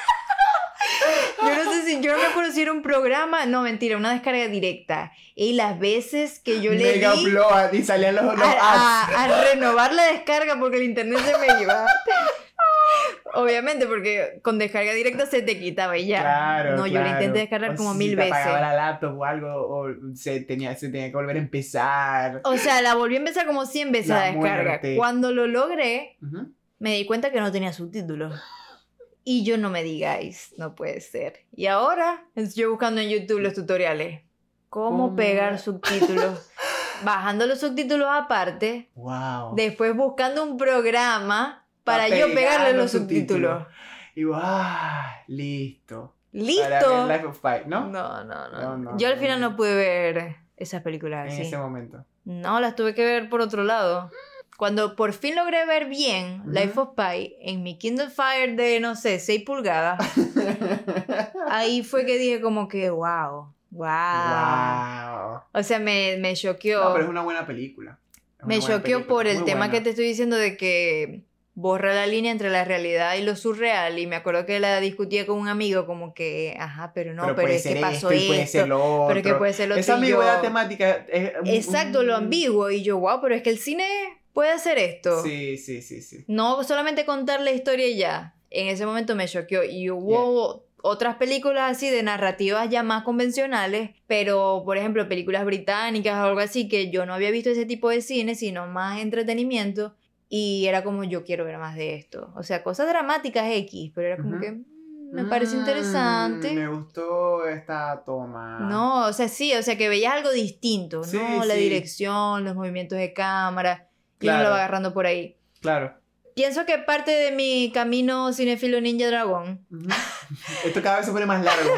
Yo no me acuerdo si era un programa, no, mentira, una descarga directa. Y las veces que yo le Mega di upload y salían los ads. a renovar la descarga porque el internet se me iba. Obviamente, porque con descarga directa se te quitaba y ya. Claro, no, yo la intenté descargar O como si 1000 te veces. apagaba la laptop o algo, o se tenía que volver a empezar. O sea, la volví a empezar como 100 veces La la descarga. muerte. Cuando lo logré, Ujú. me di cuenta que no tenía subtítulos. Y yo no me digáis, no puede ser. Y ahora estoy buscando en YouTube los tutoriales. ¿Cómo pegar subtítulos? Bajando los subtítulos aparte. Wow. Después buscando un programa para Pa' yo pegar pegarle los los subtítulos. Y listo. Para ¿Listo? ver Life of Pi, ¿no? No. Yo al final no pude ver esas películas En así. ese momento. No, las tuve que ver por otro lado. Cuando por fin logré ver bien Ujú. Life of Pi en mi Kindle Fire de, no sé, 6 pulgadas, ahí fue que dije como que, wow. Wow. O sea, me choqueó. No, pero es una buena película. Es Me una buena choqueó película, por el muy tema buena. que te estoy diciendo de que borra la línea entre la realidad y lo surreal. Y me acuerdo que la discutía con un amigo como que, ajá, pero no, pero puede es que ser pasó esto y puede ser lo otro. pero es que puede ser lo otro. Esa y yo- ambigüedad temática es Exacto, lo ambiguo. Y yo, wow, pero es que el cine puede hacer esto. Sí. No solamente contar la historia y ya. En ese momento me choqueó. Y hubo otras películas así de narrativas ya más convencionales, pero por ejemplo películas británicas o algo así que yo no había visto ese tipo de cine, sino más entretenimiento. Y era como, yo quiero ver más de esto. O sea, cosas dramáticas X, pero era como Ujú. que me parece interesante. Me gustó esta toma. No, o sea, sí, o sea, que veías algo distinto, Sí, ¿no? La sí. dirección, los movimientos de cámara, y uno Claro. lo va agarrando por ahí. Claro. Pienso que parte de mi camino cinéfilo Ninja Dragón Ujú. Esto cada vez se pone más largo.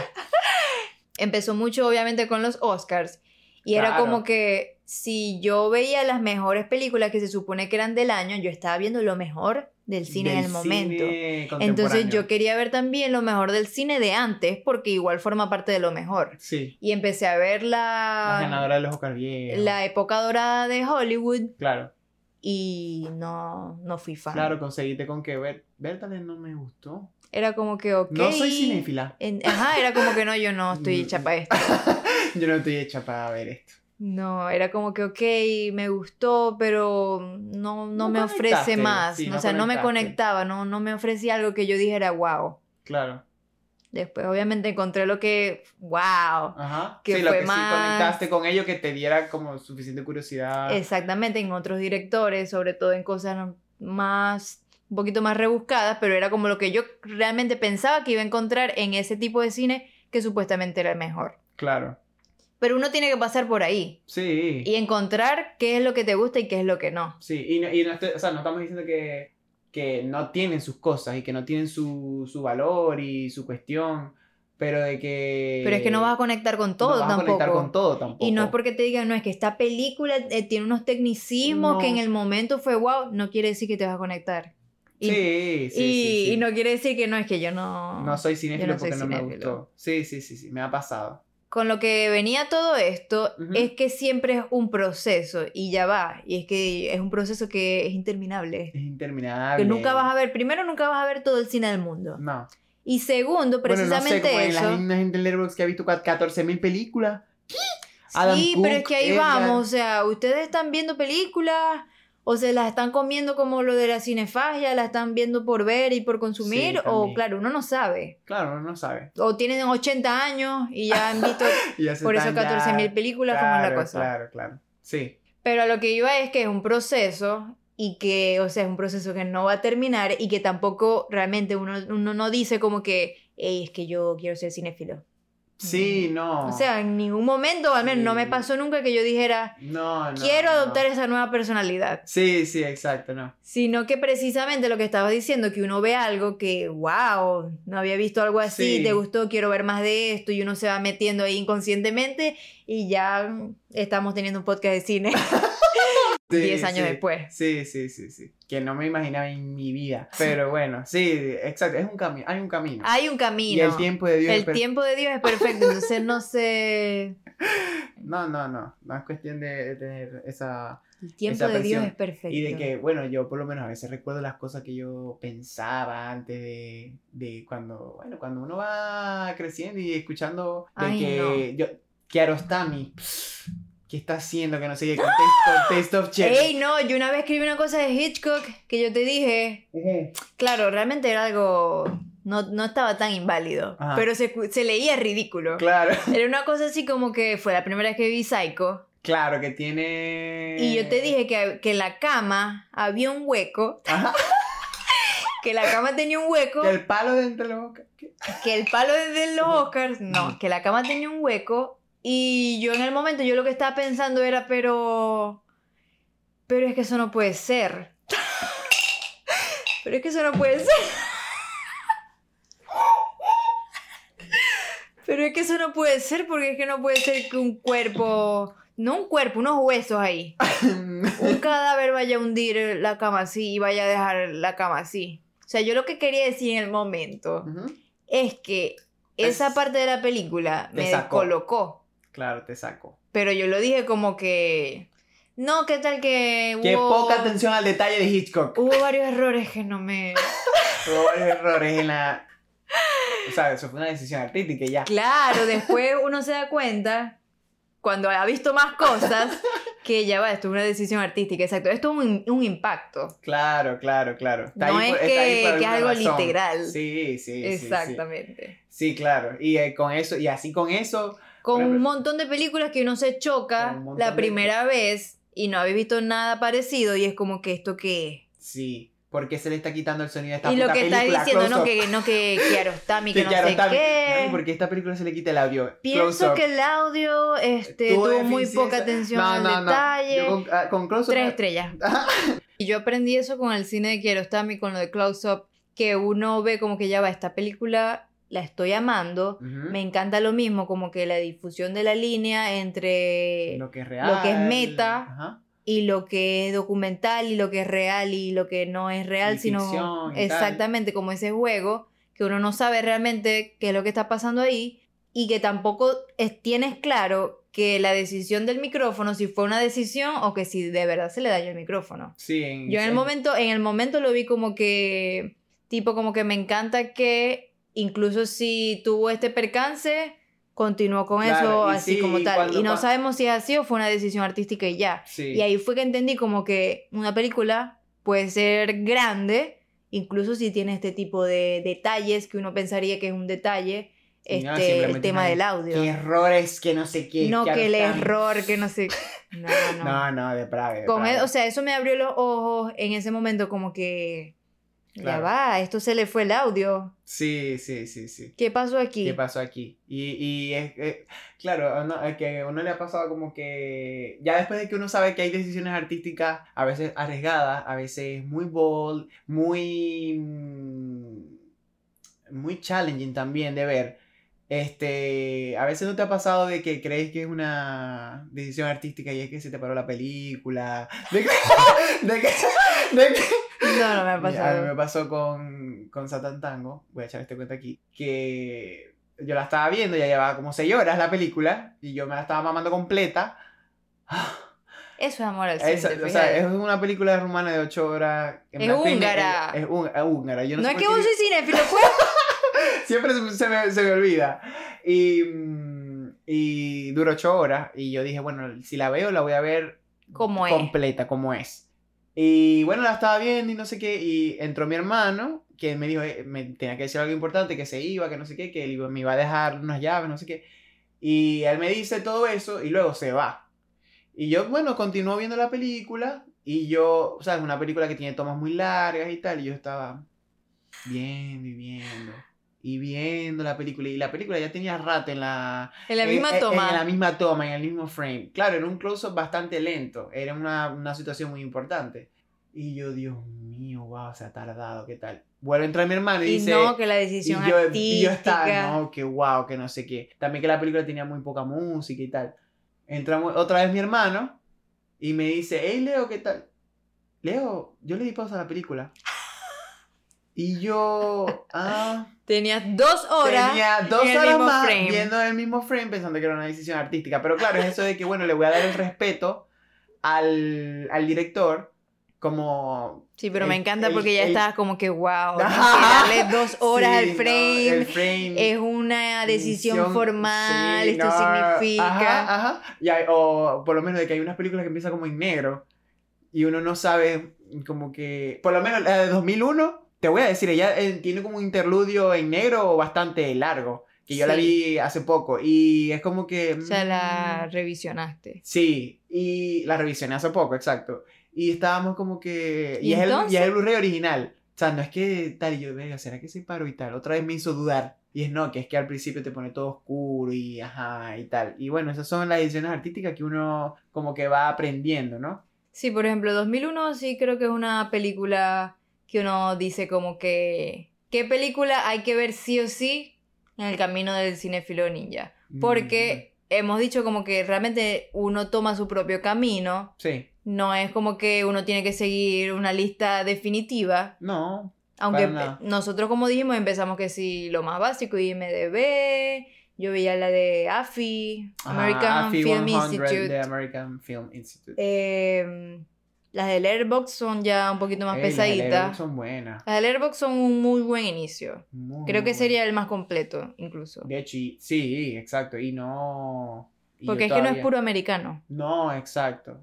empezó mucho, obviamente, con los Oscars. Y era Claro. como que si yo veía las mejores películas que se supone que eran del año, yo estaba viendo lo mejor del cine en el momento. Entonces yo quería ver también lo mejor del cine de antes, porque igual forma parte de lo mejor. Sí. Y empecé a ver La ganadora de los Oscar viejos. la época dorada de Hollywood Claro. y no fui fan. Claro, conseguiste con que Bertale no me gustó. Era como que, ok. No soy cinéfila. Ajá, era como que no, yo no estoy hecha para esto. Yo no estoy hecha para ver esto. No, era como que, ok, me gustó, pero no No me ofrece conectaste, más. sí, O no sea, no me conectaste. conectaba, no me ofrecía algo que yo dijera, wow. Claro. Después, obviamente, encontré lo que, wow. Ajá. Que sí, lo fue que más- sí conectaste con ello que te diera como suficiente curiosidad. Exactamente, en otros directores, sobre todo en cosas más, un poquito más rebuscadas, pero era como lo que yo realmente pensaba que iba a encontrar en ese tipo de cine que supuestamente era el mejor. Claro. Pero uno tiene que pasar por ahí Sí. y encontrar qué es lo que te gusta y qué es lo que no. Sí, y no, o sea, no estamos diciendo que no tienen sus cosas y que no tienen su valor y su cuestión, pero de que... Pero es que no vas a conectar con todo no vas tampoco. a conectar con todo tampoco. Y no es porque te digan, no, es que esta película tiene unos tecnicismos No. que en el momento fue wow, no quiere decir que te vas a conectar. Y, Sí. y no quiere decir que no, es que yo no... No soy cinéfilo yo no soy porque no me cinéfilo. gustó. Sí, me ha pasado. Con lo que venía todo esto, Ujú. es que siempre es un proceso y ya va. Y es que es un proceso que es interminable. Es interminable. Que nunca vas a ver, primero nunca vas a ver todo el cine del mundo. No. Y segundo, precisamente bueno, no sé, como en eso... las líneas en Letterboxd que ha visto 14.000 películas. Adam Sí, Cook, pero es que ahí Edgar. vamos, o sea, ustedes están viendo películas o se las están comiendo como lo de la cinefagia, la están viendo por ver y por consumir, Sí, o también. claro, uno no sabe. Claro, uno no sabe. O tienen 80 años y ya han visto Y ya se por eso están 14.000 películas, como es la cosa. Claro. Sí. Pero a lo que iba es que es un proceso y que, o sea, es un proceso que no va a terminar y que tampoco realmente uno no dice como que, hey, es que yo quiero ser cinéfilo. Sí, no. O sea, en ningún momento, al menos no me pasó nunca que yo dijera, no, quiero adoptar esa nueva personalidad. Sí, sí, exacto, no. Sino que precisamente lo que estabas diciendo, que uno ve algo que, wow, no había visto algo así, Sí. te gustó, quiero ver más de esto, y uno se va metiendo ahí inconscientemente y ya estamos teniendo un podcast de cine. Sí, 10 años después. Sí. Que no me imaginaba en mi vida. Pero bueno, sí, exacto. Es un camino. Hay un camino. Hay un camino. Y el tiempo de Dios El tiempo de Dios es perfecto. Entonces no sé. No. No es cuestión de tener esa. El tiempo esa de Dios presión. es perfecto. Y de que, bueno, yo por lo menos a veces recuerdo las cosas que yo pensaba antes de cuando uno va creciendo y escuchando de Ay, que no. yo, Kiarostami, ¿qué está haciendo? Que no sé qué, con Taste of Cherry. Ey, no, yo una vez escribí una cosa de Hitchcock que yo te dije. Claro, realmente era algo. No estaba tan inválido. Ajá. Pero se leía ridículo. Claro. Era una cosa así como que fue la primera vez que vi Psycho. Claro, que tiene... Y yo te dije que en la cama había un hueco. Ajá. Que la cama tenía un hueco. Que el palo de entre los... Que el palo de los Oscars. No, que la cama tenía un hueco. Y yo en el momento, yo lo que estaba pensando era, pero es que eso no puede ser. Pero es que eso no puede ser. Pero es que eso no puede ser, porque es que no puede ser que un cuerpo... No un cuerpo, unos huesos ahí. Un cadáver vaya a hundir la cama así y vaya a dejar la cama así. O sea, yo lo que quería decir en el momento es que esa parte de la película me descolocó. Claro, te saco. Pero yo lo dije como que... No, ¿qué tal que Qué poca atención al detalle de Hitchcock. Hubo varios errores que no me... Hubo varios errores en la... O sea, eso fue una decisión artística y ya. Claro, después uno se da cuenta, cuando ha visto más cosas, que ya va, esto es una decisión artística, exacto. Esto es un impacto. Claro. Está no ahí es está ahí por que es algo razón. literal. Sí. Exactamente. Sí, claro. Y con eso, y así con eso... Con un montón de películas que uno se choca la primera vez y no habéis visto nada parecido y es como que esto qué es. Sí. ¿Por qué se le está quitando el sonido a esta y puta lo que película? está diciendo, no que Kiarostami, que no sé qué. ¿Por qué esta película se le quita el audio? Pienso que el audio tuvo muy poca atención al detalle. Yo con Close Up 3 estrellas. Y yo aprendí eso con el cine de Kiarostami, con lo de Close Up, que uno ve como que ya va, esta película la estoy amando. Me encanta lo mismo, como que la difusión de la línea entre lo que es real, lo que es meta y lo que es documental y lo que es real y lo que no es real, sino exactamente como ese juego que uno no sabe realmente qué es lo que está pasando ahí y que tampoco tienes claro que la decisión del micrófono, si fue una decisión o que si de verdad se le dañó el micrófono. Sí, yo en el momento lo vi como que tipo como que me encanta que incluso si tuvo este percance, continuó con eso así como tal. Y no sabemos si es así o fue una decisión artística y ya. Sí. Y ahí fue que entendí como que una película puede ser grande, incluso si tiene este tipo de detalles que uno pensaría que es un detalle. El tema del audio. Que errores, que no sé qué. No, que el error, que no sé. No, de praga. O sea, eso me abrió los ojos en ese momento como que... Claro. Ya va, esto se le fue el audio. Sí. ¿Qué pasó aquí? Y es claro, que a uno le ha pasado como que ya después de que uno sabe que hay decisiones artísticas a veces arriesgadas, a veces muy bold, muy challenging también de ver. A veces no te ha pasado de que crees que es una decisión artística y es que se te paró la película. No me ha pasado. A mí me pasó con Satan Tango, voy a echar este cuento aquí, que yo la estaba viendo, ya llevaba como 6 horas la película, y yo me la estaba mamando completa. Eso es amor al cine. O sea, es una película rumana de 8 horas. Es húngara. Es húngara. Yo no es que vos sois cinéfilo, pues. Siempre se me olvida. Y duró 8 horas, y yo dije, bueno, si la veo, la voy a ver completa, como es. Y bueno, la estaba viendo y no sé qué, y entró mi hermano, que me dijo, me tenía que decir algo importante, que se iba, que no sé qué, que él me iba a dejar unas llaves, no sé qué. Y él me dice todo eso y luego se va. Y yo, bueno, continuó viendo la película y yo, o sea, es una película que tiene tomas muy largas y tal, y yo estaba viendo. y viendo la película. Y la película ya tenía rato en la misma toma. En la misma toma, en el mismo frame. Claro, era un close-up bastante lento. Era una situación muy importante. Y yo, Dios mío, wow, se ha tardado, ¿qué tal? Vuelve a entrar mi hermano y dice... no, que la decisión artística... Y yo estaba, no, que wow, que no sé qué. También que la película tenía muy poca música y tal. Entramos otra vez mi hermano y me dice, hey, Leo, ¿qué tal? Leo, yo le di pausa a la película. Y yo... Tenías 2 horas. Tenía 2 horas más frame. Viendo el mismo frame pensando que era una decisión artística. Pero claro, es eso de que, bueno, le voy a dar el respeto al director como... Sí, pero me encanta porque ya estabas como que, wow, no, que darle 2 horas al frame, el frame es una decisión formal, esto significa... Ajá. Ya, o por lo menos de que hay unas películas que empiezan como en negro y uno no sabe como que... Por lo menos la de 2001... Te voy a decir, ella tiene como un interludio en negro bastante largo, que yo la vi hace poco, y es como que... O sea, la revisionaste. Sí, y la revisioné hace poco, exacto. Y estábamos como que... Y es el Blu-ray original. O sea, no es que tal, y yo, venga, ¿será que se paró y tal? Otra vez me hizo dudar. Y es no, que es que al principio te pone todo oscuro y ajá, y tal. Y bueno, esas son las ediciones artísticas que uno como que va aprendiendo, ¿no? Sí, por ejemplo, 2001 sí creo que es una película... que uno dice como que ¿qué película hay que ver sí o sí en el camino del cinéfilo ninja? Porque hemos dicho como que realmente uno toma su propio camino. Sí. No es como que uno tiene que seguir una lista definitiva. No. Aunque nosotros, como dijimos, empezamos que sí, lo más básico, IMDb. Yo veía la de AFI, American Film Institute. De American Film Institute. Las de Letterboxd son ya un poquito más pesaditas. Las de Letterboxd son buenas. Las de Letterboxd son un muy buen inicio. Creo que sería el más completo, incluso. De hecho, sí, exacto. Y no... Porque es que no es puro americano. No, exacto.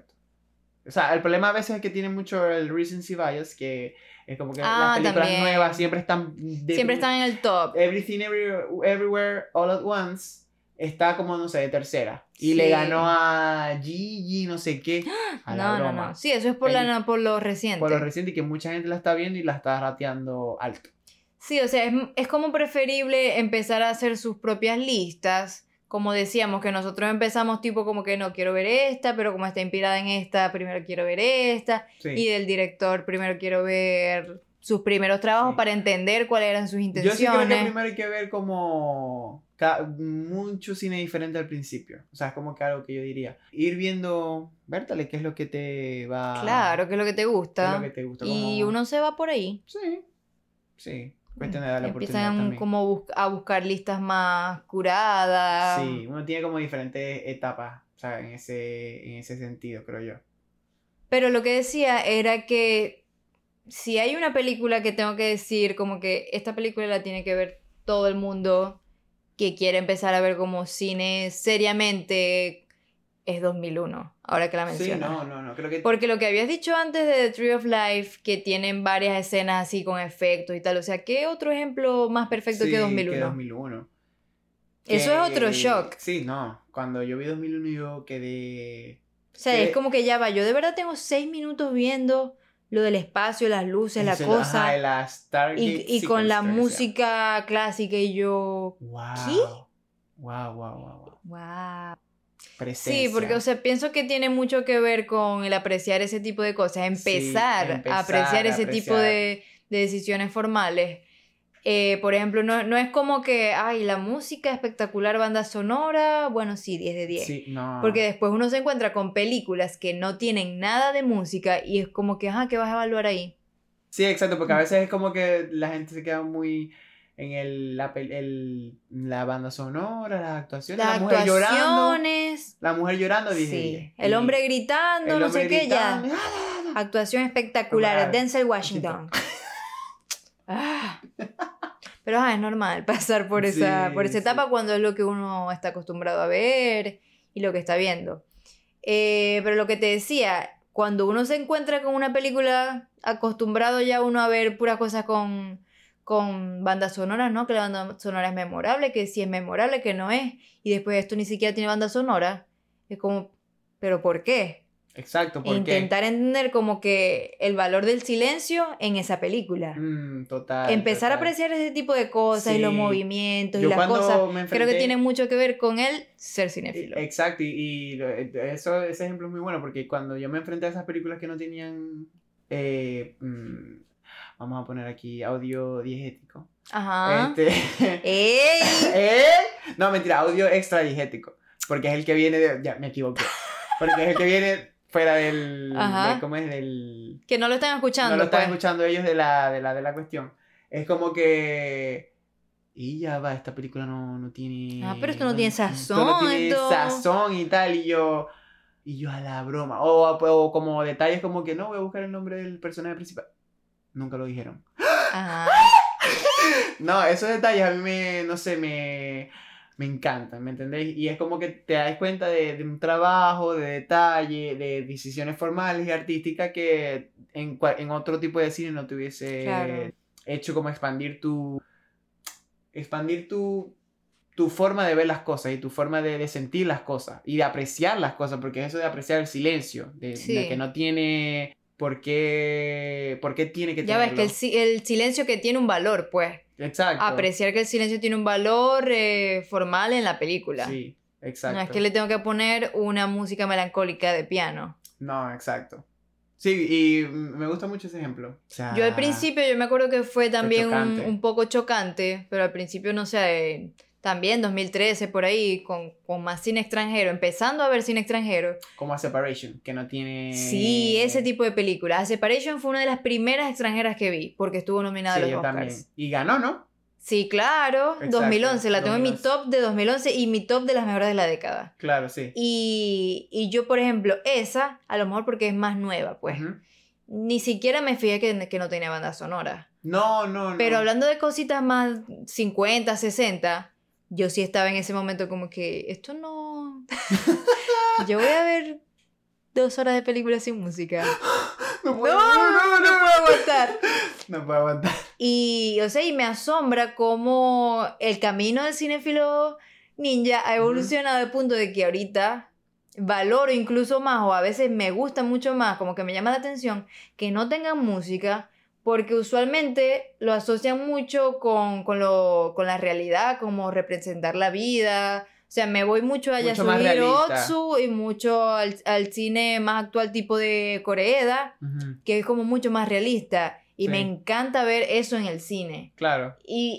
O sea, el problema a veces es que tiene mucho el recency bias, que es como que las películas nuevas siempre están... siempre están en el top. Everything, Everywhere, All at Once... Está como, no sé, de tercera. Y le ganó a Gigi, no sé qué. No. Sí, eso es por lo reciente. Por lo reciente y que mucha gente la está viendo y la está rateando alto. Sí, o sea, es como preferible empezar a hacer sus propias listas. Como decíamos, que nosotros empezamos tipo como que no quiero ver esta, pero como está inspirada en esta, primero quiero ver esta. Sí. Y del director primero quiero ver sus primeros trabajos para entender cuáles eran sus intenciones. Yo sí creo que primero hay que ver como mucho cine diferente al principio. O sea, es como que algo que yo diría. Ir viendo, Bertale, qué es lo que te va... Claro, qué es lo que te gusta. Qué es lo que te gusta. Y uno se va por ahí. Sí. Cuestión de darle oportunidad también. Empiezan como a buscar listas más curadas. Sí, uno tiene como diferentes etapas, o sea, en ese sentido, creo yo. Pero lo que decía era que si hay una película que tengo que decir como que esta película la tiene que ver todo el mundo que quiere empezar a ver como cine seriamente, es 2001, ahora que la mencionas. Sí, no, creo que... Porque lo que habías dicho antes de The Tree of Life, que tienen varias escenas así con efectos y tal, o sea, ¿qué otro ejemplo más perfecto que 2001? Que 2001. Eso es otro shock. Sí, no, cuando yo vi 2001 yo quedé... O sea, es como que ya va, yo de verdad tengo 6 minutos viendo lo del espacio, las luces, la cosa. Ajá, la Stargate y con la música clásica y yo... Wow. ¿Qué? Wow. Presencia. Sí, porque, o sea, pienso que tiene mucho que ver con el apreciar ese tipo de cosas, empezar a apreciar ese tipo de decisiones formales. Por ejemplo, no es como que, ay, la música espectacular, banda sonora, bueno, sí, 10 de 10. Sí, no. Porque después uno se encuentra con películas que no tienen nada de música y es como que, ¿qué vas a evaluar ahí? Sí, exacto, porque a veces es como que la gente se queda muy en la banda sonora, las actuaciones, la mujer llorando. La mujer llorando, dije. Sí, el hombre gritando, no sé qué, ya. Actuación espectacular, Denzel Washington. Pero es normal pasar por esa etapa cuando es lo que uno está acostumbrado a ver y lo que está viendo. Pero lo que te decía, cuando uno se encuentra con una película acostumbrado ya uno a ver puras cosas con bandas sonoras, ¿no? Que la banda sonora es memorable, que sí es memorable, que no es. Y después esto ni siquiera tiene banda sonora. Es como, ¿pero por qué? Exacto, E porque... intentar entender como que el valor del silencio en esa película. Total, Empezar a total. apreciar ese tipo de cosas y los Sí. movimientos y Yo las cuando cosas. me Creo que tiene enfrenté... mucho que ver con el ser cinéfilo. Exacto, ese ejemplo es muy bueno porque cuando yo me enfrenté a esas películas que no tenían, vamos a poner aquí audio diegético. Ajá. ¡Ey! ¿Eh? No, mentira, audio extra diegético, porque es el que viene de, ya me equivoqué, porque es el que viene fuera del, Ajá. ¿cómo es? Del, Que no lo están escuchando, no lo están pues. escuchando ellos de la cuestión. Es como que... Y ya va, esta película no tiene... Ah, pero esto no tiene esto sazón, no tiene esto... sazón y tal, y yo a la broma. O como detalles como que no, voy a buscar el nombre del personaje principal. Nunca lo dijeron. Ajá. No, esos detalles a mí no sé, me encantan, ¿me entendéis? Y es como que te das cuenta de un trabajo, de detalle, de decisiones formales y artísticas que en otro tipo de cine no te hubiese Claro. hecho como expandir tu forma de ver las cosas y tu forma de sentir las cosas y de apreciar las cosas, porque eso de apreciar el silencio, de Sí. que no tiene por qué tiene que Ya ves que tenerlo. el silencio que tiene un valor, pues. Exacto. Apreciar que el silencio tiene un valor formal en la película. Sí, No exacto. es que le tengo que poner una música melancólica de piano. No, exacto. Sí, y me gusta mucho ese ejemplo. O sea, Yo al principio, yo me acuerdo que fue también chocante. un poco chocante, pero al principio, no sé, también 2013 por ahí, con más cine extranjero, empezando a ver cine extranjero. Como a Separation, que no tiene... Sí, ese tipo de películas. A Separation fue una de las primeras extranjeras que vi, porque estuvo nominada a Sí, los yo Oscars. también. Y ganó, ¿no? Sí, claro, Exacto, 2011, la tengo en mi 2011. top de 2011 y mi top de las mejores de la década. Claro, sí. Y yo, por ejemplo, esa, a lo mejor porque es más nueva, pues. Ujú. Ni siquiera me fijé que no tenía banda sonora. No. Pero hablando de cositas más 50, 60, yo sí estaba en ese momento como que, esto no... Yo voy a ver 2 horas de película sin música. No No puedo aguantar. No puedo aguantar. Y, o sea, y me asombra cómo el camino del cinéfilo ninja ha evolucionado al punto de que ahorita valoro incluso más, o a veces me gusta mucho más, como que me llama la atención, que no tengan música, porque usualmente lo asocian mucho con la realidad, como representar la vida. O sea, me voy mucho a Mucho más Yasuhiro realista. Otsu y mucho al cine más actual tipo de Koreeda, Ujú. que es como mucho más realista. Y Sí. me encanta ver eso en el cine. Claro.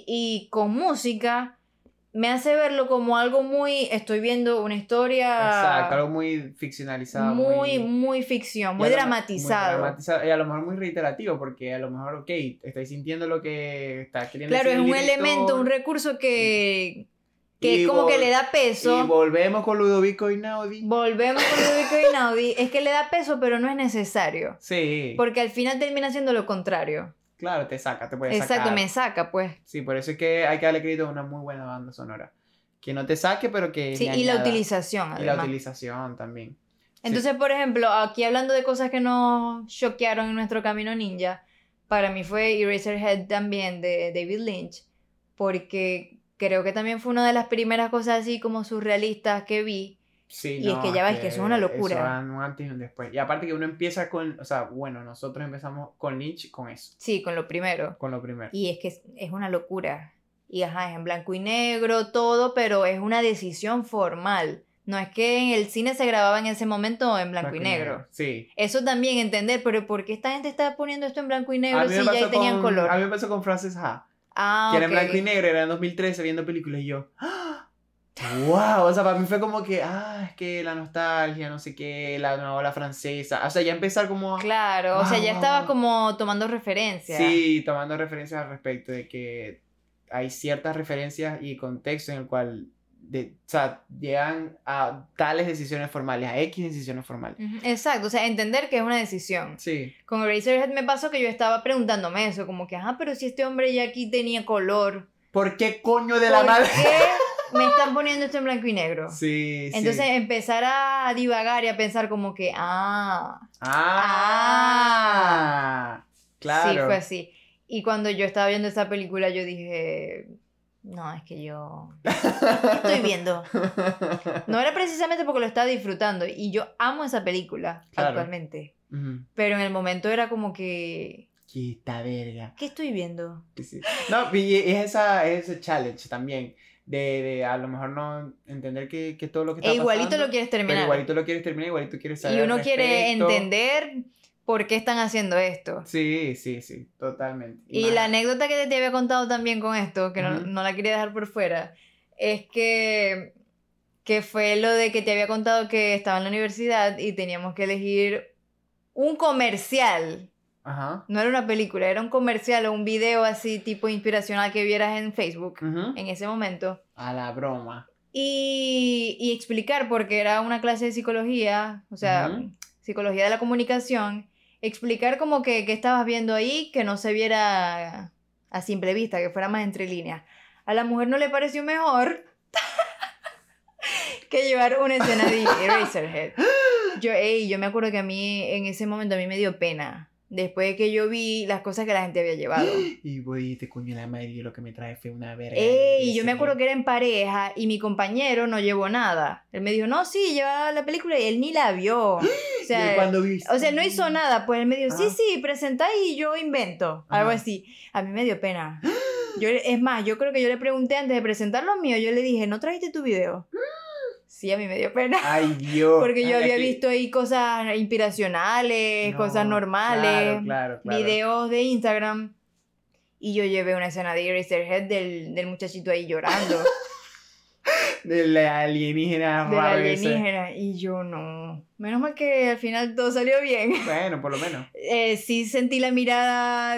Y con música me hace verlo como algo muy... Estoy viendo una historia Exacto, algo muy ficcionalizado, muy ficción, muy Muy dramatizado. dramatizado y a lo mejor muy reiterativo, porque a lo mejor, ok, estáis sintiendo lo que está queriendo Claro, es decir el un director, elemento, un recurso que y como que le da y peso. volvemos con Ludovico Einaudi. Volvemos con Ludovico Einaudi. Es que le da peso, pero no es necesario. Sí, Porque al final termina siendo lo contrario. claro, te puede Exacto, sacar. me saca, pues. Sí, por eso es que hay que darle crédito a una muy buena banda sonora. Que no te saque, pero que Sí, le y la añada. utilización, Y la además. utilización también. Entonces, por ejemplo, aquí hablando de cosas que nos choquearon en nuestro camino ninja, para mí fue Eraserhead también de David Lynch, porque creo que también fue una de las primeras cosas así como surrealistas que vi. Sí, Y es que ya ves que eso es una locura. Eso un antes y un después. Y aparte que uno empieza con, o sea, bueno, nosotros empezamos con Lynch con eso. Sí, con lo primero. Con lo primero. Y es que es una locura. Y ajá, es en blanco y negro, todo, pero es una decisión formal. No es que en el cine se grababa en ese momento en blanco y negro. Sí. Eso también entender, pero ¿por qué esta gente está poniendo esto en blanco y A negro mí si me ya pasó ahí tenían color? A mí me pasó con Frances Ha. Ah, Que era en ok. blanco y negro, era en 2013 viendo películas y yo, ¡ah! ¡Wow! O sea, para mí fue como que, es que la nostalgia, no sé qué, la nueva ola francesa. O sea, ya empezar como... Claro, o sea, ya wow, estaba wow. como tomando referencias. Sí, tomando referencias al respecto de que hay ciertas referencias y contexto en el cual o sea, llegan a tales decisiones formales, a X decisiones formales. Exacto, o sea, entender que es una decisión. Sí. Con Eraserhead me pasó que yo estaba preguntándome eso, como que, pero si este hombre ya aquí tenía color, ¿Por qué coño de la ¿por madre? qué me están poniendo esto en blanco y negro? Sí, Entonces sí. empezar a divagar y a pensar como que, Claro. Sí, fue así. Y cuando yo estaba viendo esa película yo dije, No, es que yo... ¿Qué estoy viendo? No era precisamente porque lo estaba disfrutando. Y yo amo esa película actualmente. Pero en el momento era como que... ¿Qué esta verga? ¿Qué estoy viendo? Sí. No, y es ese challenge también. De a lo mejor no entender que todo lo que está pasando. Igualito lo quieres terminar. Pero igualito lo quieres terminar, igualito quieres saber. Y uno quiere entender por qué están haciendo esto. Sí, totalmente. Y la anécdota que te había contado también con esto, que no la quería dejar por fuera, es que fue lo de que te había contado que estaba en la universidad y teníamos que elegir un comercial. Ajá. No era una película, era un comercial o un video así tipo inspiracional que vieras en Facebook en ese momento. A la broma. Y explicar, porque era una clase de psicología, o sea, psicología de la comunicación, explicar como que estabas viendo ahí, que no se viera a simple vista, que fuera más entre líneas. A la mujer no le pareció mejor que llevar una escena de Eraserhead. Yo me acuerdo que a mí, en ese momento, a mí me dio pena. Después de que yo vi las cosas que la gente había llevado. Y voy, te coño la madre, yo lo que me trae fue una verga. Y yo me acuerdo que era en pareja y mi compañero no llevó nada. Él me dijo, no, sí, lleva la película y él ni la vio. O sea, él no hizo nada. Pues él me dijo, sí, presenta y yo invento. Algo así. A mí me dio pena. Es más, yo creo que yo le pregunté antes de presentar los míos, yo le dije, ¿no trajiste tu video? Sí, a mí me dio pena. Ay, Dios. Porque yo había visto ahí cosas inspiracionales, cosas normales, claro. videos de Instagram. Y yo llevé una escena de Eraserhead del muchachito ahí llorando. Del alienígena raro. Del alienígena. Y yo no. Menos mal que al final todo salió bien. Bueno, por lo menos. Sí sentí la mirada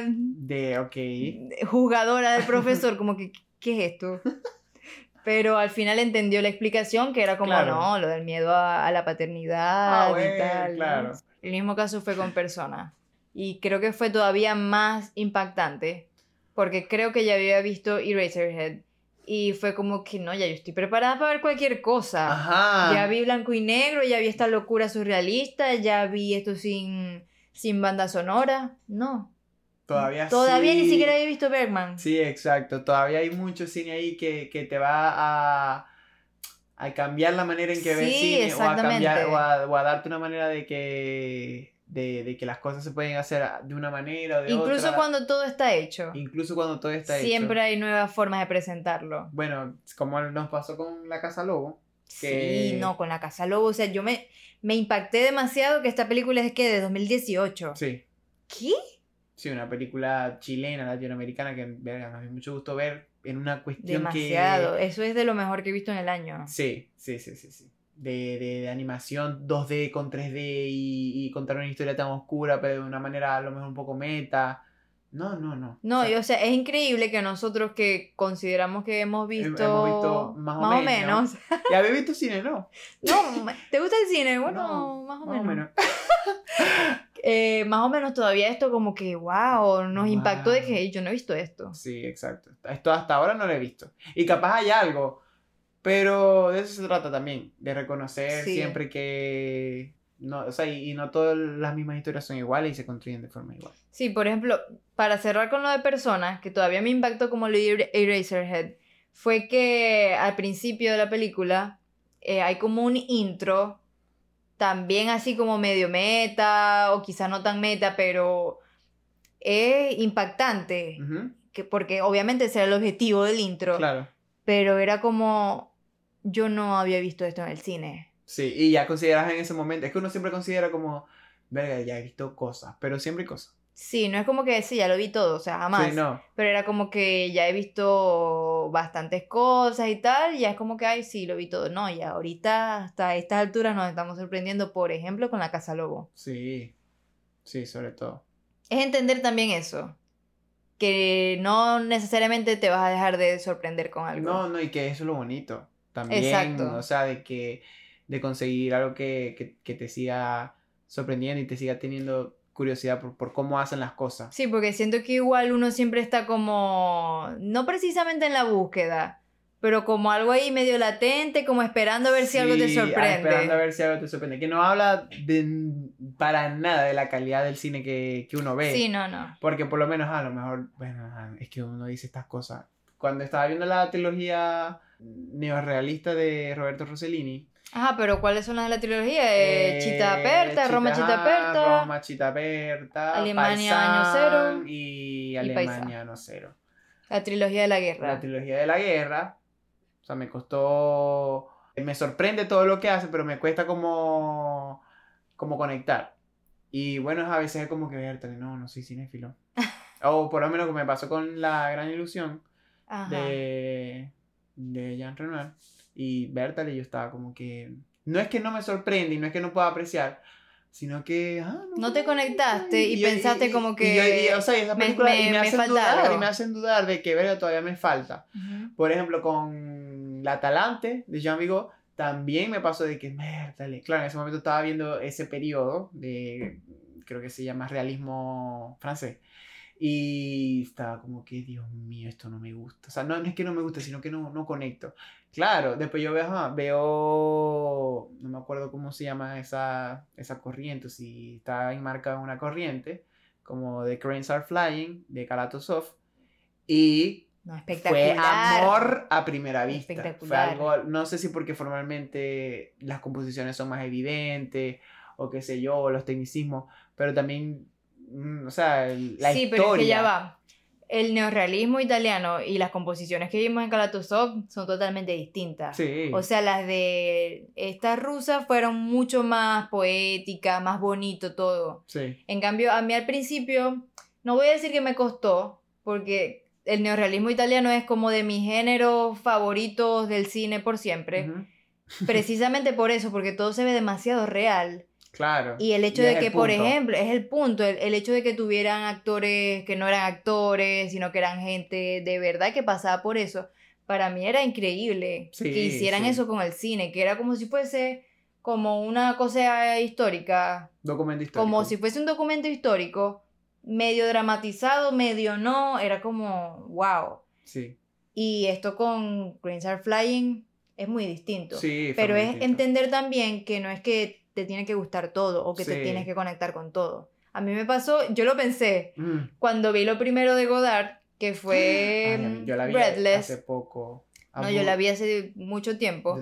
juzgadora del profesor, como que, ¿qué es esto? Pero al final entendió la explicación, que era como, no, lo del miedo a la paternidad y tal. Claro. El mismo caso fue con personas. Y creo que fue todavía más impactante, porque creo que ya había visto Eraserhead. Y fue como que, no, ya yo estoy preparada para ver cualquier cosa. Ajá. Ya vi blanco y negro, ya vi esta locura surrealista, ya vi esto sin banda sonora. No. Todavía sí. ni siquiera he visto Bergman. Sí, exacto. Todavía hay mucho cine ahí que te va a cambiar la manera en que ves cine o a cambiar o a darte una manera de que las cosas se pueden hacer de una manera o de otra. Incluso cuando todo está hecho. Siempre hay nuevas formas de presentarlo. Bueno, como nos pasó con La Casa Lobo. Sí, no, con La Casa Lobo. O sea, yo me impacté demasiado que esta película es de 2018. Sí. ¿Qué? Sí, una película chilena, latinoamericana que verga, me dio mucho gusto ver en una cuestión demasiado. Eso es de lo mejor que he visto en el año. Sí. De animación 2D con 3D y contar una historia tan oscura, pero de una manera a lo mejor un poco meta. No. No, o sea, es increíble que nosotros que consideramos que hemos visto más o menos. ¿Ya habéis visto cine, no? No, ¿te gusta el cine? Bueno, no, más o menos. Más o menos todavía esto como que, wow, nos impactó de que yo no he visto esto. Sí, exacto. Esto hasta ahora no lo he visto. Y capaz hay algo, pero de eso se trata también, de reconocer siempre que... No, o sea, y no todas las mismas historias son iguales y se construyen de forma igual. Sí, por ejemplo, para cerrar con lo de personas, que todavía me impactó como lo de Eraserhead, fue que al principio de la película hay como un intro, también así como medio meta, o quizás no tan meta, pero es impactante, porque obviamente ese era el objetivo del intro, claro. Pero era como, yo no había visto esto en el cine. Sí, y ya consideras en ese momento, es que uno siempre considera como, verga, ya he visto cosas, pero siempre hay cosas. Sí, no es como que sí, ya lo vi todo, o sea, jamás. Sí, no. Pero era como que ya he visto bastantes cosas y tal, y ya es como que, ay, sí, lo vi todo. No, ya ahorita, hasta estas alturas nos estamos sorprendiendo, por ejemplo, con La Casa Lobo. Sí, sobre todo. Es entender también eso, que no necesariamente te vas a dejar de sorprender con algo. No, y que eso es lo bonito también. Exacto. O sea, de conseguir algo que te siga sorprendiendo y te siga teniendo curiosidad por cómo hacen las cosas. Sí, porque siento que igual uno siempre está como, no precisamente en la búsqueda, pero como algo ahí medio latente, como esperando a ver si algo te sorprende. Esperando a ver si algo te sorprende. Que no habla para nada de la calidad del cine que uno ve. Sí, no. Porque por lo menos a lo mejor, bueno, es que uno dice estas cosas, cuando estaba viendo la trilogía neorrealista de Roberto Rossellini. Ajá, pero ¿cuáles son las de la trilogía? Chita Aperta, Roma Chita Aperta. Roma Chita Aperta, Alemania Año Cero. Y Paisà. Alemania Año Cero. La trilogía de la guerra. La trilogía de la guerra. O sea, me costó... Me sorprende todo lo que hace, pero me cuesta como conectar. Y bueno, a veces es como que, Bertale, no soy cinéfilo. O por lo menos que me pasó con La Gran Ilusión de Jean Renoir. Y Bertale, yo estaba como que... No es que no me sorprende y no es que no pueda apreciar, sino que... no te conectaste y pensaste como que... o sea, esa película me hacen dudar, algo. y me hacen dudar de que verga todavía me falta. Uh-huh. Por ejemplo, con La Talante de Jean Vigo, también me pasó de que, Bertale. Claro, en ese momento estaba viendo ese periodo de... Creo que se llama realismo francés. Y estaba como que, Dios mío, esto no me gusta. O sea, no es que no me guste, sino que no conecto. Claro, después yo veo, no me acuerdo cómo se llama esa corriente, si está enmarcada en una corriente, como The Cranes Are Flying, de Kalatozov, y fue amor a primera vista. Fue algo, no sé si porque formalmente las composiciones son más evidentes, o qué sé yo, los tecnicismos, pero también, o sea, la historia. Sí, pero es que ya va. El neorrealismo italiano y las composiciones que vimos en Kalatozov son totalmente distintas. Sí. O sea, las de estas rusas fueron mucho más poéticas, más bonito todo. Sí. En cambio, a mí al principio, no voy a decir que me costó, porque el neorrealismo italiano es como de mis géneros favoritos del cine por siempre. Uh-huh. Precisamente por eso, porque todo se ve demasiado real. Claro. Y el hecho de que, por ejemplo, es el punto, el hecho de que tuvieran actores que no eran actores, sino que eran gente de verdad que pasaba por eso, para mí era increíble que hicieran eso con el cine, que era como si fuese como una cosa histórica. Documento histórico. Como si fuese un documento histórico, medio dramatizado, medio no, era como, wow. Sí. Y esto con Cranes Are Flying es muy distinto. Sí, pero es distinto. entender también que no es que te tiene que gustar todo o que te tienes que conectar con todo. A mí me pasó, yo lo pensé cuando vi lo primero de Godard, que fue yo la vi Breathless. Hace poco. No, yo la vi hace mucho tiempo.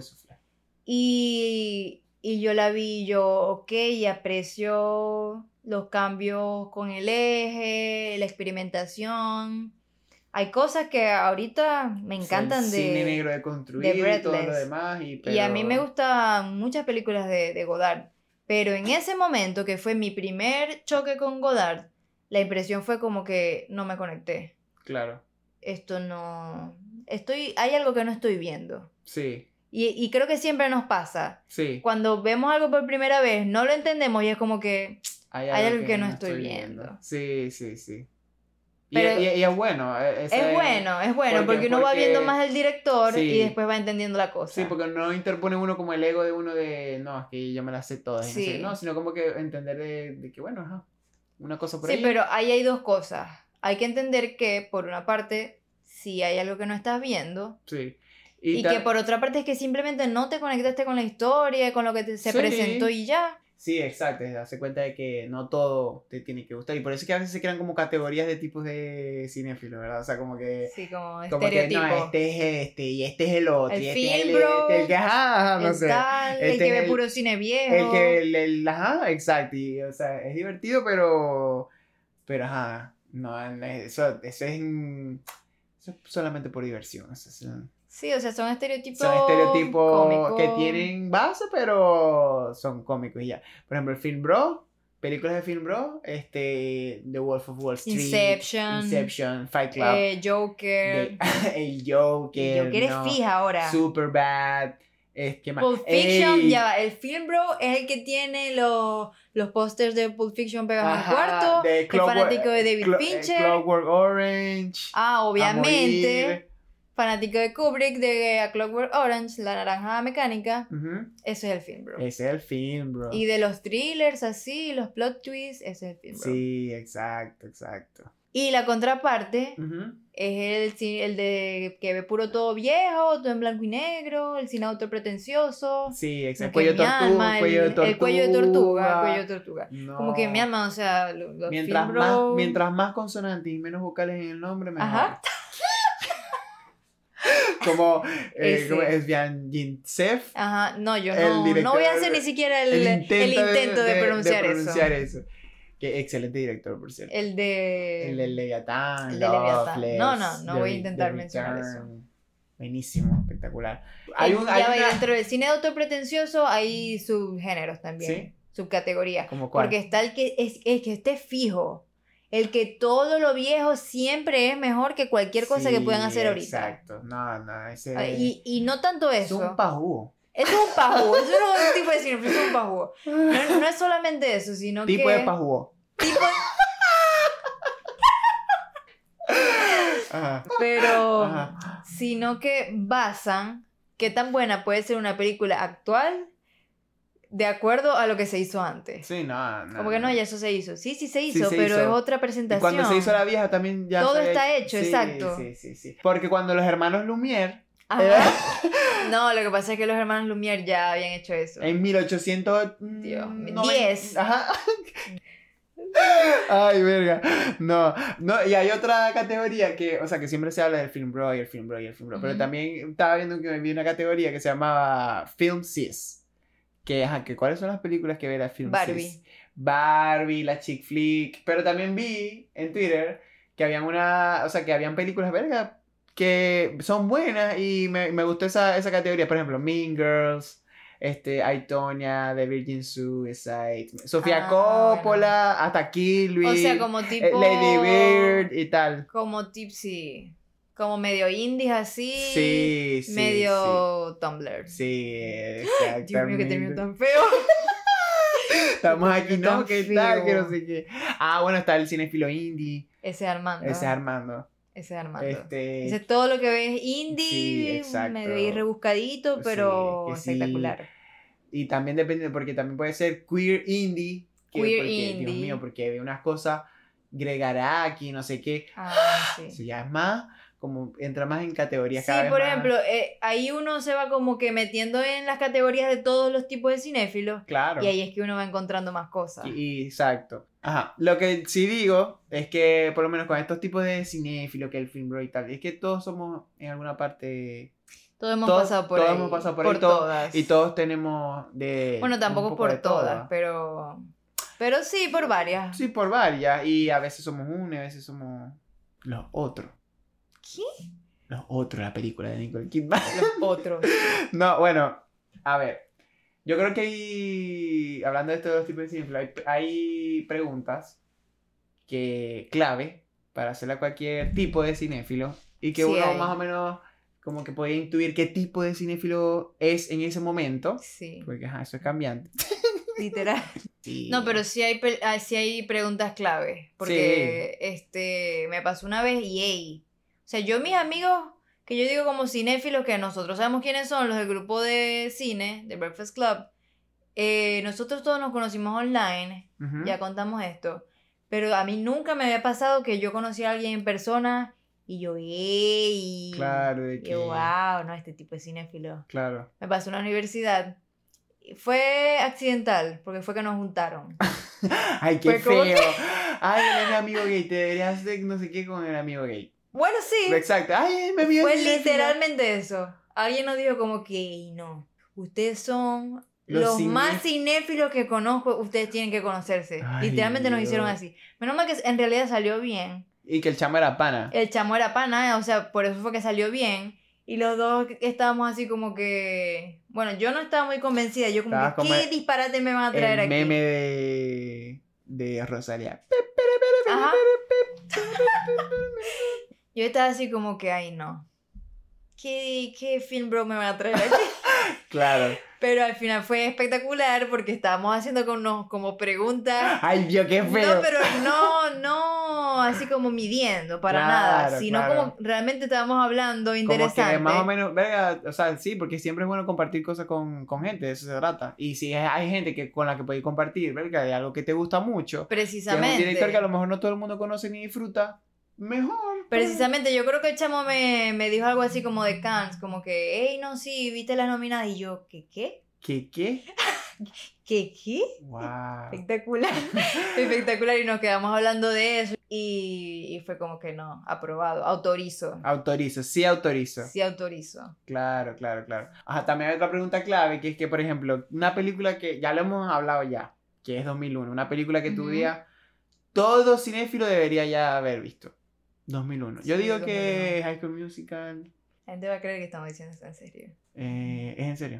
Y yo la vi, ok, y aprecio los cambios con el eje, la experimentación. Hay cosas que ahorita me encantan de cine negro de construir y todo lo demás. Y a mí me gustan muchas películas de Godard. Pero en ese momento, que fue mi primer choque con Godard, la impresión fue como que no me conecté. Claro. Esto no... Hay algo que no estoy viendo. Sí. Y creo que siempre nos pasa. Sí. Cuando vemos algo por primera vez, no lo entendemos y es como que hay algo que no estoy viendo. Sí, sí, sí. Pero y es bueno. Es bueno, porque uno va viendo más el director y después va entendiendo la cosa. Sí, porque no interpone uno como el ego de uno de, no, es que yo me la sé todas. Sí. No, sino como que entender de que, bueno, una cosa por ahí. Sí, pero ahí hay dos cosas. Hay que entender que, por una parte, sí hay algo que no estás viendo. Sí. Y que por otra parte es que simplemente no te conectaste con la historia, con lo que se presentó y ya. Sí, exacto, darse cuenta de que no todo te tiene que gustar. Y por eso es que a veces se crean como categorías de tipos de cinéfilos, ¿verdad? O sea, como que... Sí, como estereotipo. Que, no, este es este, y este es el otro. El y film, este bro. El que, no sé. El que ve puro cine viejo. Exacto. Y, o sea, es divertido, pero no, eso es solamente por diversión. Sí, o sea, son estereotipos cómicos que tienen base, pero son cómicos y ya. Por ejemplo, el Film Bro, películas de Film Bro, The Wolf of Wall Street, Inception, Fight Club, Joker. El Joker. El Joker es fija ahora. Superbad. ¿Qué más? Pulp Fiction, ya va. El Film Bro es el que tiene los pósters de Pulp Fiction pegados en el cuarto. Es fanático de David Fincher. Clockwork Orange. Obviamente. Fanático de Kubrick, de A Clockwork Orange, La Naranja Mecánica. Ese es el Film Bro. Ese es el Film Bro. Y de los thrillers así, los plot twists, ese es el Film Bro. Sí, exacto. Y la contraparte es el de que ve puro todo viejo, todo en blanco y negro, el cine autopretencioso. Sí, exacto. Cuello de tortuga. No. Como que mi alma, o sea, mientras más consonantes y menos vocales en el nombre, mejor. como Ese. Svian Gintsev. Ajá, no, yo El no director- voy a hacer ni siquiera el intento de pronunciar eso. Qué excelente director, por cierto. El El de de... Leviatán, El de Leviatán. Loveless, No voy a The intentar The mencionar Return. Buenísimo, espectacular. Ya va, y dentro del cine de autor pretencioso hay subgéneros también, ¿Sí? subcategorías. ¿Como cuál? Porque está el que esté fijo. El que todo lo viejo siempre es mejor que cualquier cosa que puedan hacer ahorita. Exacto, no, ese Y no tanto es eso. un pajú. Eso es un pajú, eso no es un tipo de cine, eso es un pajú. No es solamente eso, sino Tipo que... de pajú. Tipo, Ajá. pero... Ajá. Sino que basan qué tan buena puede ser una película actual de acuerdo a lo que se hizo antes. Sí, no. Como que no, ya eso se hizo. Sí se hizo, se pero hizo. es otra Y presentación. cuando se hizo la vieja también ya Todo se había está hecho, Sí, exacto. Sí. Porque cuando los hermanos Lumière Ajá. No, lo que pasa es que los hermanos Lumière ya habían hecho eso. en 1800 Dios, 10. Ajá. Ay, verga. No, y hay otra categoría que, o sea, que siempre se habla del film bro y el film bro y el film bro, pero Ujú. también estaba viendo que vi una categoría que se llamaba Film Sis. Que ¿cuáles son las películas que ve la Film Barbie. Sis? Barbie, la chick flick, pero también vi en Twitter que habían que habían películas, verga, que son buenas y me gustó esa categoría, por ejemplo, Mean Girls, I, Tonya, The Virgin Suicide, Sofía Coppola, hasta Kill Bill, O sea, como tipo... Lady Bird y tal. Como tipsy. Como medio indies así. Sí, medio Tumblr. Sí, exactamente. Dios mío, que terminó tan feo. Estamos aquí, ¿no? Tan ¿Qué tal? feo. Que no sé qué. Ah, bueno, está el cinéfilo indie. Ese es Armando. Ese es Armando. Ese es Armando. Ese Ese es todo lo que ves indie, Sí, exacto. medio ahí rebuscadito, pero que sí. espectacular. Y también depende, porque también puede ser queer indie. Queer Dios indie. mío, porque hay unas cosas, Gregaraki, no sé qué. Sí. Eso ya es más, como entra más en categorías Sí, cada vez por más. ejemplo, ahí uno se va como que metiendo en las categorías de todos los tipos de cinéfilos. Claro. Y ahí es que uno va encontrando más cosas. Exacto. Ajá. Lo que sí digo es que, por lo menos con estos tipos de cinéfilo, que el film bro y tal, es que todos somos en alguna parte. Todos hemos pasado por todos ahí. hemos pasado por ahí, todas. Y todos tenemos de. Bueno, tampoco un poco por de todo. todas, pero sí por varias. Sí, por varias. Y a veces somos uno y a veces somos los otros. ¿Qué? Los otros, la película de Nicole Kidman. Los otros. No, bueno, a ver. Yo creo que hablando de estos tipos de cinéfilos, hay preguntas clave para hacerle a cualquier tipo de cinéfilo y que Sí uno hay. más o menos como que puede intuir qué tipo de cinéfilo es en ese momento. Sí, Porque eso es cambiante. literal. Sí. No, pero sí hay preguntas clave. Porque me pasó una vez o sea, yo mis amigos, que yo digo como cinéfilos, que nosotros sabemos quiénes son, los del grupo de cine, de Breakfast Club, nosotros todos nos conocimos online, Ujú. ya contamos esto, pero a mí nunca me había pasado que yo conocí a alguien en persona y yo, Claro, de y que. yo, wow, no, este tipo de cinéfilo. Claro. Me pasó en la universidad. Fue accidental, porque fue que nos juntaron. Ay, qué Fue como feo. Ay, él es mi amigo gay. Te deberías hacer no sé qué con el amigo gay. Bueno, sí. Exacto. Ay, mi amigo Fue cinéfilo. literalmente eso. Alguien nos dijo como que, no, ustedes son los Los más cinéfilos que conozco, ustedes tienen que conocerse. Ay, Literalmente nos Dios. hicieron así. Menos mal que en realidad salió bien. Y que el chamo era pana. El chamo era pana, o sea, por eso fue que salió bien. Y los dos estábamos así como que... Bueno, yo no estaba muy convencida. Yo como Estabas que, como ¿qué disparate me van a traer El aquí? meme de Rosalía. Ajá. Yo estaba así como que, ay, no. ¿Qué film bro me van a traer aquí? Claro. Pero al final fue espectacular porque estábamos haciendo como preguntas. Ay, Dios, qué feo. No, pero no así como midiendo para Claro, nada, sino claro. como realmente estábamos hablando Como interesante. que más o menos, verga, o sea, sí, porque siempre es bueno compartir cosas con gente, de eso se trata. Y si hay gente con la que podéis compartir, verga, de algo que te gusta mucho, que es un Precisamente. director que a lo mejor no todo el mundo conoce ni disfruta, mejor. Precisamente, yo creo que el chamo me dijo algo así como de Cannes, como que, hey, no, sí, viste las nominadas. Y yo, ¿qué? ¿Qué? ¿Qué? Wow. Espectacular. Espectacular. Y nos quedamos hablando de eso. y fue como que no, aprobado, autorizo. Autorizo, sí autorizo. Sí autorizo. Claro. Ajá, también hay otra pregunta clave, que es que, por ejemplo, una película que ya lo hemos hablado ya, que es 2001, una película que tú digas, todo cinéfilo debería ya haber visto. 2001. Yo Sí, digo 2001. que High School Musical... La gente va a creer que estamos diciendo esto en serio. ¿Es en serio?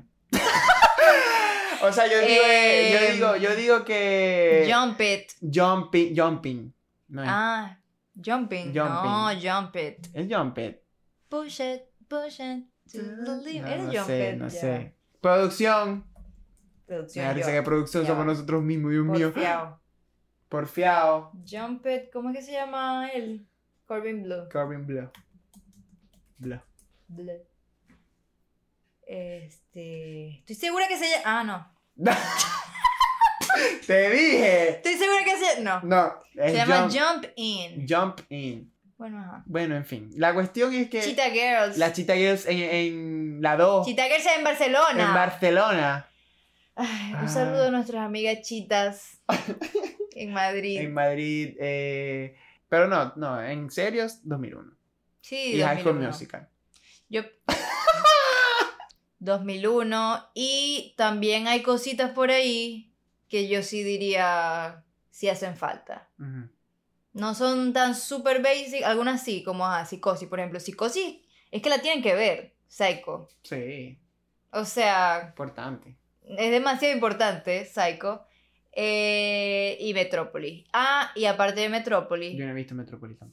O sea, yo digo que... Jump It. Jumping. No es. Jumping. No, Jump It. Es Jump It. Push it to the limit. Era No Jump sé, It. no ya. sé. Producción. Producción. Me da risa yo. que producción Ya somos va. nosotros mismos, Dios mío. Porfiado. Porfiado. Jump It. ¿Cómo es que se llama él? Corbin Blue. Corbin Bleu. Blue. Estoy segura que se llama. No. Te dije. Estoy segura que se llama. No. No, es Se llama Jump In. Jump In. Bueno, ajá. Bueno, en fin. La cuestión es que Cheetah Girls. las Cheetah Girls en la 2 Cheetah Girls en Barcelona. en Barcelona. Ay, un saludo a nuestras amigas chitas en Madrid. En Madrid. Pero no, en serio, 2001. Sí, Y High School 2001. Musical. Yo 2001 y también hay cositas por ahí que yo sí diría sí hacen falta. Ujú. No son tan super basic, algunas sí, como Psicosis, por ejemplo. Psicosis es que la tienen que ver, Psycho. Sí, O sea, importante. es demasiado importante, Psycho. Y Metrópolis. Y aparte de Metrópolis, Yo no he visto Metropolitano.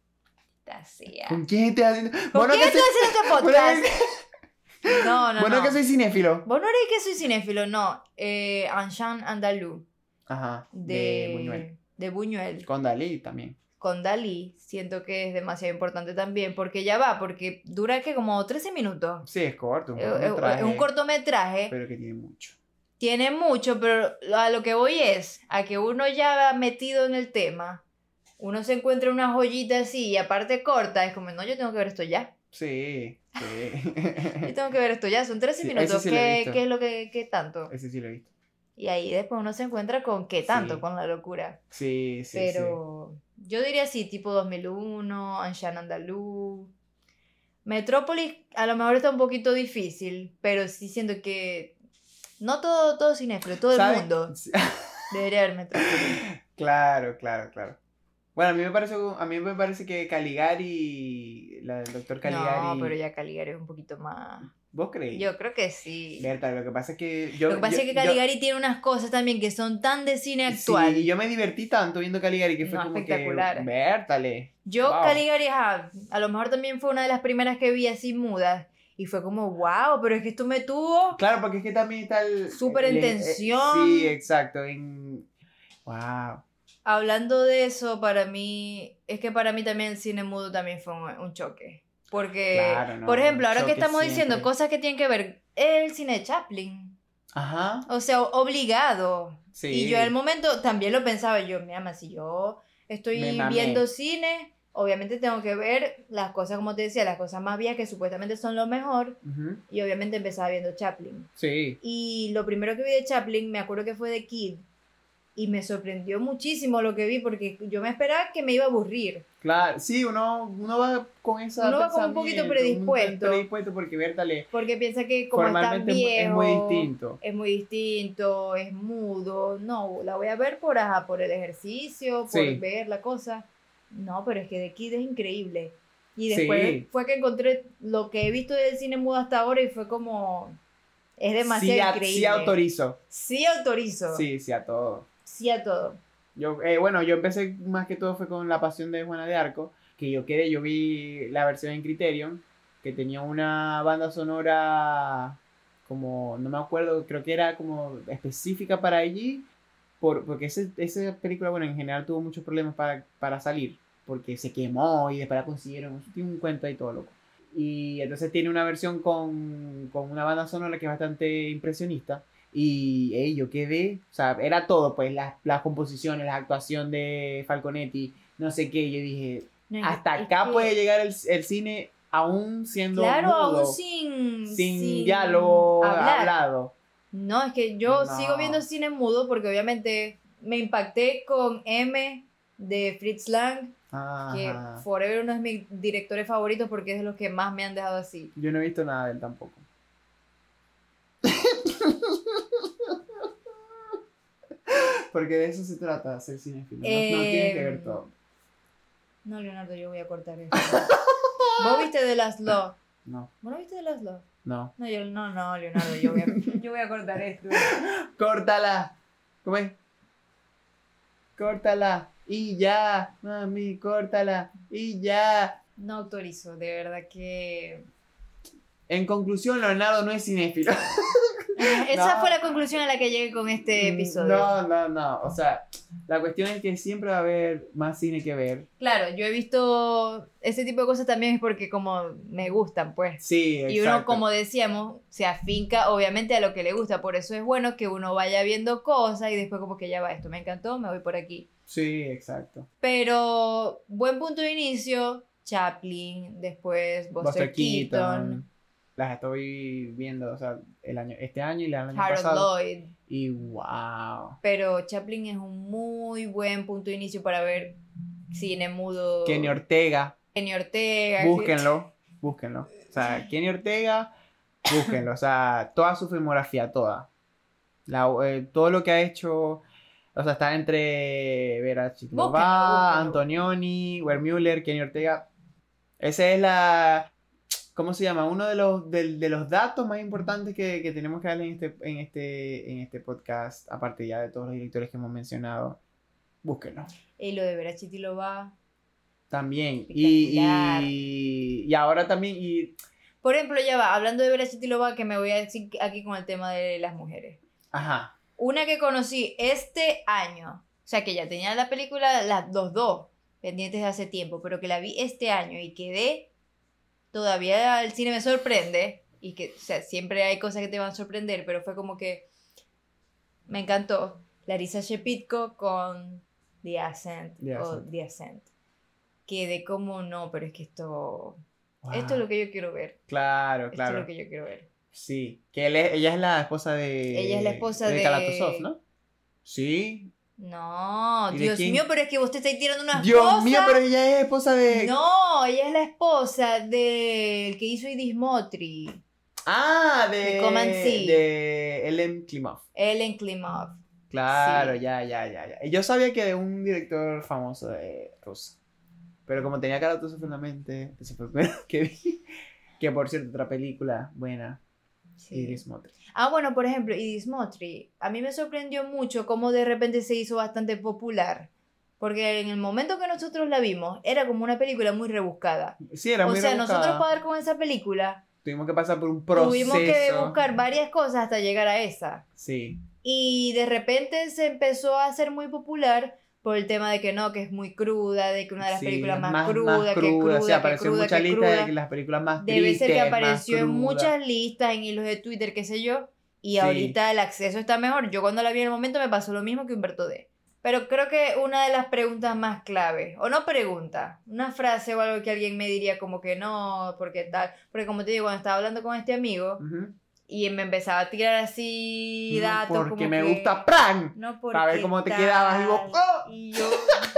Así, ¿Con quién estás haciendo? ¿Con quién estoy haciendo este podcast? No. Bueno, que soy cinéfilo. Vos no eres que soy cinéfilo, no. Anshan Andalou. Ajá. De Buñuel. De Buñuel. Con Dalí también. Con Dalí, siento que es demasiado importante también, porque dura que como 13 minutos. Sí, es corto. Es un cortometraje. Pero que tiene mucho. Tiene mucho, pero a lo que voy es a que uno ya metido en el tema, uno se encuentra una joyita así y aparte corta, es como, no, yo tengo que ver esto ya. Sí. Yo tengo que ver esto ya, son 13 Sí, minutos. ese sí lo he visto. ¿Qué es lo que tanto? Ese sí lo he visto. Y ahí después uno se encuentra con qué tanto, Sí. con la locura. Sí. Pero yo diría sí, tipo 2001, Anshan Andalou. Metrópolis a lo mejor está un poquito difícil, pero sí siento que no todo cinéfilo, todo el mundo debería ver Metrópolis. Claro. Bueno, a mí me parece que Caligari, el doctor Caligari... No, pero ya Caligari es un poquito más... ¿Vos creéis? Yo creo que sí. Berta, lo que pasa es que Lo que pasa es que Caligari tiene unas cosas también que son tan de cine actual. Sí, y yo me divertí tanto viendo Caligari que fue No, como espectacular. que... Bertale. Yo Wow. Caligari, a lo mejor también fue una de las primeras que vi así mudas. Y fue como, wow, pero es que esto me tuvo... Claro, porque es que también está el... Súper en tensión. Sí, exacto. Wow. Hablando de eso, para mí también el cine mudo también fue un choque. Porque, Claro, no, por ejemplo, ahora que choque estamos siempre. diciendo cosas que tienen que ver, el cine de Chaplin. Ajá. O sea, obligado. Sí. Y yo en el momento también lo pensaba yo, mi ama, si yo estoy Me mamé. viendo cine, obviamente tengo que ver las cosas, como te decía, las cosas más viejas que supuestamente son lo mejor. Ujú. Y obviamente empezaba viendo Chaplin. Sí. Y lo primero que vi de Chaplin, me acuerdo que fue de Kid. Y me sorprendió muchísimo lo que vi porque yo me esperaba que me iba a aburrir. Claro, sí, uno va con esa Uno va como un poquito predispuesto. Predispuesto porque Bertale Porque piensa que como es tan formalmente viejo, es muy distinto. es muy distinto, es mudo. No, la voy a ver por el ejercicio, por Sí. ver la cosa. No, pero es que The Kid es increíble. Y Sí. después fue que encontré lo que he visto del cine mudo hasta ahora y fue como... Es demasiado Sí, increíble. sí autorizo. Sí autorizo. Sí, a todo. Sí a todo. Yo empecé más que todo fue con La Pasión de Juana de Arco, que yo vi la versión en Criterion, que tenía una banda sonora como, no me acuerdo, creo que era como específica para allí, porque esa película, bueno, en general tuvo muchos problemas para salir, porque se quemó y después la consiguieron, tiene un cuento ahí todo loco. Y entonces tiene una versión con una banda sonora que es bastante impresionista. Y yo quedé, o sea, era todo, pues, las composiciones, la actuación de Falconetti, no sé qué, yo dije, No, hasta es acá que- puede llegar el cine aún siendo Claro, mudo, aún sin diálogo hablar. hablado. No, es que yo No. sigo viendo cine mudo porque obviamente me impacté con M de Fritz Lang, que Ajá. forever uno de mis directores favoritos porque es de los que más me han dejado así. Yo no he visto nada de él tampoco. Porque de eso se trata, ser cinéfilo. No, no tienes que ver todo. No, Leonardo, yo voy a cortar esto. ¿Vos viste The Last Law? No, ¿Vos no viste The Last Law? no. No, Leonardo, yo voy a cortar esto. ¡Córtala! ¿Cómo es? ¡Córtala! Y ya, mami, córtala. Y ya. No autorizo, de verdad que... En conclusión, Leonardo no es cinéfilo. Esa No. fue la conclusión a la que llegué con este episodio. No. O sea, la cuestión es que siempre va a haber más cine que ver. Claro, yo he visto ese tipo de cosas también es porque como me gustan, pues. Sí, exacto. Y uno, como decíamos, se afinca obviamente a lo que le gusta. Por eso es bueno que uno vaya viendo cosas y después como que ya va, esto me encantó, me voy por aquí. Sí, exacto. Pero buen punto de inicio, Chaplin, después Buster Keaton, Las estoy viendo, o sea, este año y el año Harold pasado. Lloyd. Y wow. Pero Chaplin es un muy buen punto de inicio para ver cine mudo. Kenny Ortega. Kenny Ortega. Búsquenlo. O sea, Kenny Ortega, búsquenlo. O sea, toda su filmografía, toda. Todo lo que ha hecho. O sea, está entre Vera Chitlova, Búsquenlo. Antonioni, Wermuller, Kenny Ortega. Esa es la. ¿Cómo se llama? Uno de los datos más importantes que tenemos que darle en este podcast, aparte ya de todos los directores que hemos mencionado. Búsquenlo. Y lo de Vera Chitlova. También. Espectacular. Y ahora también. Por ejemplo, ya va, hablando de Vera Chitlova, que me voy a decir aquí con el tema de las mujeres. Ajá. Una que conocí este año, o sea, que ya tenía la película, las dos, pendientes de hace tiempo, pero que la vi este año y quedé. Todavía el cine me sorprende y que, o sea, siempre hay cosas que te van a sorprender, pero fue como que me encantó. Larissa Shepitko con The Ascent. The Ascent. Quedé como, no, pero es que esto es lo que yo quiero ver. Claro. Esto es lo que yo quiero ver. Sí, que ella es la esposa de... Ella es la esposa de... Kalatozov, ¿no? Sí. No, ¿Y de Dios quién? mío, pero es que vos te estáis tirando una Dios esposa. mío, pero ella es esposa de... No, ella es la esposa del que hizo Edith Motri. Ah, de Come and See. De Ellen Klimov. Ellen Klimov. Claro, Sí. ya. Yo sabía que de un director famoso de ruso. Pero como tenía Kalatozov en la mente, ese fue el primero que vi. Que por cierto, otra película buena. Sí. Edith Motri. Bueno, por ejemplo, Edith Motri. A mí me sorprendió mucho cómo de repente se hizo bastante popular. Porque en el momento que nosotros la vimos, era como una película muy rebuscada. Sí, era muy O sea, rebuscada. nosotros para dar con esa película, Tuvimos que pasar por un proceso. tuvimos que buscar varias cosas hasta llegar a esa. Sí. Y de repente se empezó a hacer muy popular por el tema de que no, que es muy cruda, de que una de las Sí, películas más más cruda, cruda. Sí, apareció en muchas listas cruda. de que las películas más Debe tristes, ser que más apareció en crudas. muchas listas, en hilos de Twitter, qué sé yo. Y Sí. ahorita el acceso está mejor. Yo cuando la vi en el momento me pasó lo mismo que Humberto D. Pero creo que una de las preguntas más clave, o no pregunta, una frase o algo que alguien me diría como que no, porque tal. Porque como te digo, cuando estaba hablando con este amigo Ujú. y me empezaba a tirar así No, datos porque como me que, gusta Pran. no porque Para ver cómo te tal, quedabas y vos, ¡oh! y yo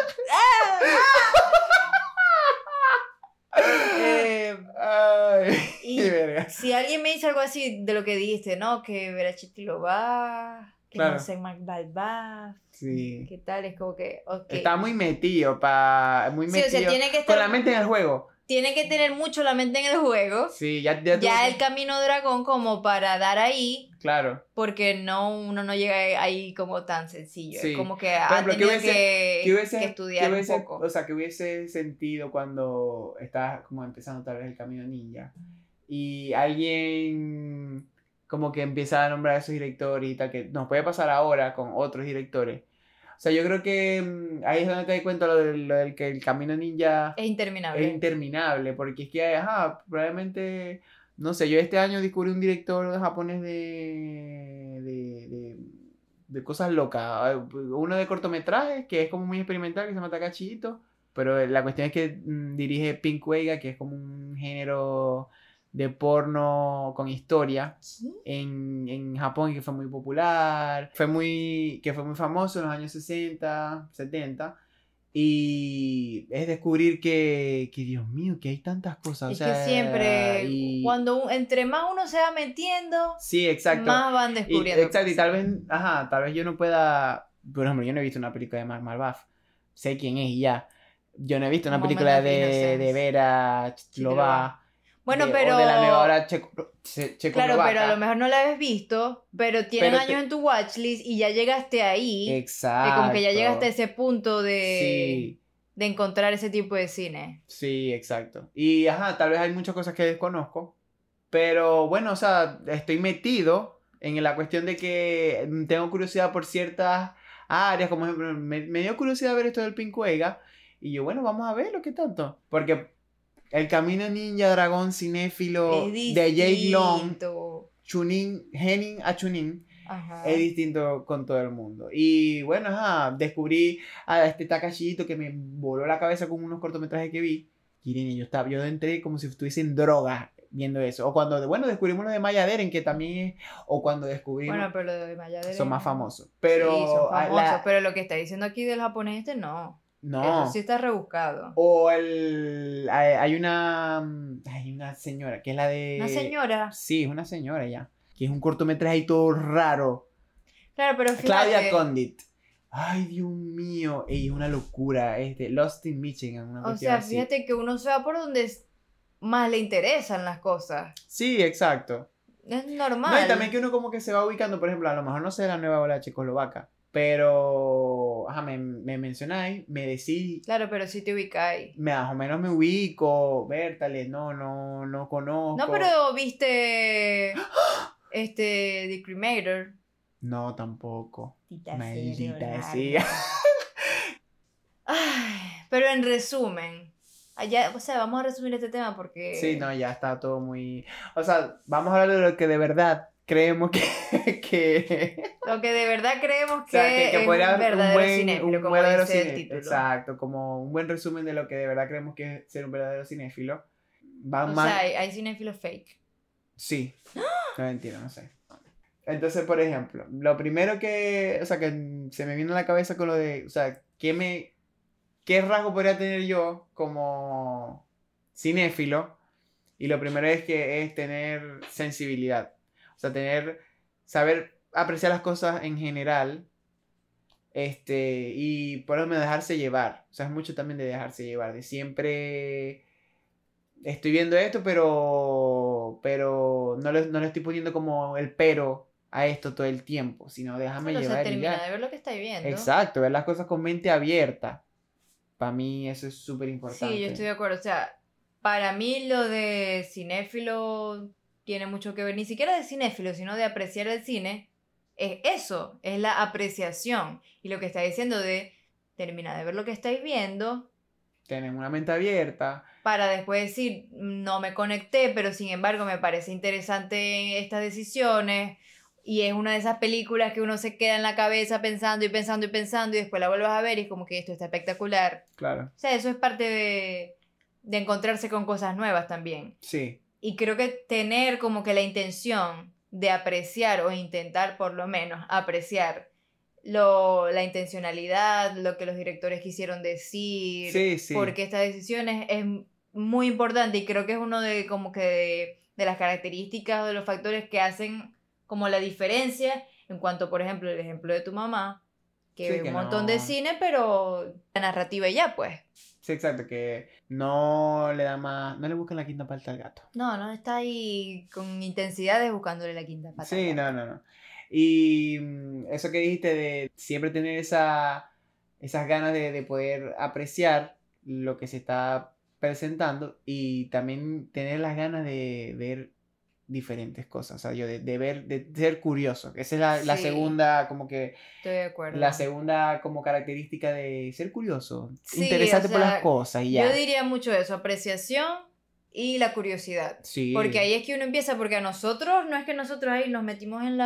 Ay, y qué verga. si alguien me dice algo así de lo que dijiste, ¿no? Que Verachiti lo va, que Claro. no sé, Macbeth va, Sí. ¿qué tal? Es como que, ok. Está muy metido, muy Sí, metido. o sea, tiene que Con la estar, mente en el juego. tiene que tener mucho la mente en el juego. Sí, ya Ya el camino dragón como para dar ahí, Claro. porque uno no llega ahí como tan sencillo. Sí. Es como que Por ha ejemplo, tenido que estudiar un poco. O sea, que hubiese sentido cuando estás como empezando tal vez el camino ninja y alguien como que empieza a nombrar a esos directores y tal, que nos puede pasar ahora con otros directores. O sea, yo creo que ahí es donde te das cuenta lo del que el camino ninja Es interminable. es interminable, porque es que, probablemente, no sé, yo este año descubrí un director japonés de cosas locas. Uno de cortometrajes, que es como muy experimental, que se llama Takashi Ito, pero la cuestión es que dirige Pink Weiga, que es como un género de porno con historia en Japón, y que fue muy popular, que fue muy famoso en los años 60, 70. Y es descubrir que Dios mío, que hay tantas cosas. Y que siempre, cuando entre más uno se va metiendo, sí, exacto. Más van descubriendo. Exacto, y tal vez yo no pueda, por ejemplo, yo no he visto una película de Mark Malbaf, sé quién es y ya. Yo no he visto una película de Vera Chiklová. Bueno, o de la nueva hora Checoslovaca. Claro, pero a lo mejor no la habéis visto, pero tienes años en tu watchlist y ya llegaste ahí. Exacto. Como que ya llegaste a ese punto de encontrar ese tipo de cine. Sí, exacto. Y tal vez hay muchas cosas que desconozco, pero bueno, o sea, estoy metido en la cuestión de que tengo curiosidad por ciertas áreas, como ejemplo, me dio curiosidad ver esto del Pincuega, y yo, bueno, vamos a ver lo que tanto, porque el camino ninja dragón cinéfilo de Jake Long, Henning a Chunin, es distinto con todo el mundo. Y bueno, descubrí a este Takashito que me voló la cabeza con unos cortometrajes que vi. Y yo entré como si estuviese en droga viendo eso. O cuando, descubrimos lo de Maya Deren, que también es, o cuando descubrimos... Bueno, pero lo de Maya Deren... Son más famosos. Pero, sí, son famosos, pero lo que está diciendo aquí del japonés no. No. Eso sí está rebuscado. O hay una señora, que es la de... ¿Una señora? Sí, es una señora ya. Que es un cortometraje ahí todo raro. Claro, pero fíjate... Claudia Condit. Ay, Dios mío. Ey, es una locura. Lost in Michigan. O sea, fíjate así. Que uno se va por donde más le interesan las cosas. Sí, exacto. Es normal. No, y también que uno como que se va ubicando, por ejemplo, a lo mejor no sé la nueva ola checoslovaca, pero me mencionáis, me decís... Claro, pero sí te ubicáis. Más o menos me ubico, Bertale, no conozco. No, pero viste The Cremator. No, tampoco. Maldita sea. Ay, pero en resumen, vamos a resumir este tema porque... Sí, no, ya está todo muy... O sea, vamos a hablar de lo que de verdad creemos que... Lo que de verdad creemos que, o sea, que es un verdadero cinéfilo, como dice el título. Exacto, como un buen resumen de lo que de verdad creemos que es ser un verdadero cinéfilo. Sea, hay cinéfilos fake. Sí, no mentira, no sé. Entonces, por ejemplo, lo primero que se me vino a la cabeza con lo de, o sea, ¿qué rasgo podría tener yo como cinéfilo? Y lo primero es tener sensibilidad. O sea, saber apreciar las cosas en general. Y por lo menos dejarse llevar. O sea, es mucho también de dejarse llevar. De siempre estoy viendo esto, pero no le estoy poniendo como el pero a esto todo el tiempo, sino déjame llevar. O sea, termina de ver lo que estáis viendo. Exacto, ver las cosas con mente abierta. Para mí eso es súper importante. Sí, yo estoy de acuerdo. O sea, para mí lo de cinéfilo tiene mucho que ver, ni siquiera de cinéfilo, sino de apreciar el cine. Es eso, es la apreciación. Y lo que está diciendo de terminar de ver lo que estáis viendo. Tener una mente abierta. Para después decir, no me conecté, pero sin embargo me parece interesante estas decisiones. Y es una de esas películas que uno se queda en la cabeza pensando y pensando y pensando y después la vuelves a ver y es como que esto está espectacular. Claro. O sea, eso es parte de encontrarse con cosas nuevas también. Sí. Y creo que tener como que la intención de apreciar o intentar por lo menos apreciar la intencionalidad, lo que los directores quisieron decir, sí. porque estas decisiones es muy importante y creo que es uno de como que de las características o de los factores que hacen como la diferencia en cuanto, por ejemplo, el ejemplo de tu mamá, que ve un montón de cine, pero la narrativa ya, pues. Sí, exacto, que no le buscan la quinta pata al gato. No está ahí con intensidades buscándole la quinta pata. Sí, no. Y eso que dijiste de siempre tener esas ganas de poder apreciar lo que se está presentando y también tener las ganas de ver diferentes cosas, o sea, de ser curioso, esa es la segunda, como que... Estoy de acuerdo. La segunda como característica de ser curioso, interesante por las cosas y ya. Yo diría mucho eso, apreciación y la curiosidad. Sí. Porque ahí es que uno empieza, porque a nosotros, no es que nosotros ahí nos metimos en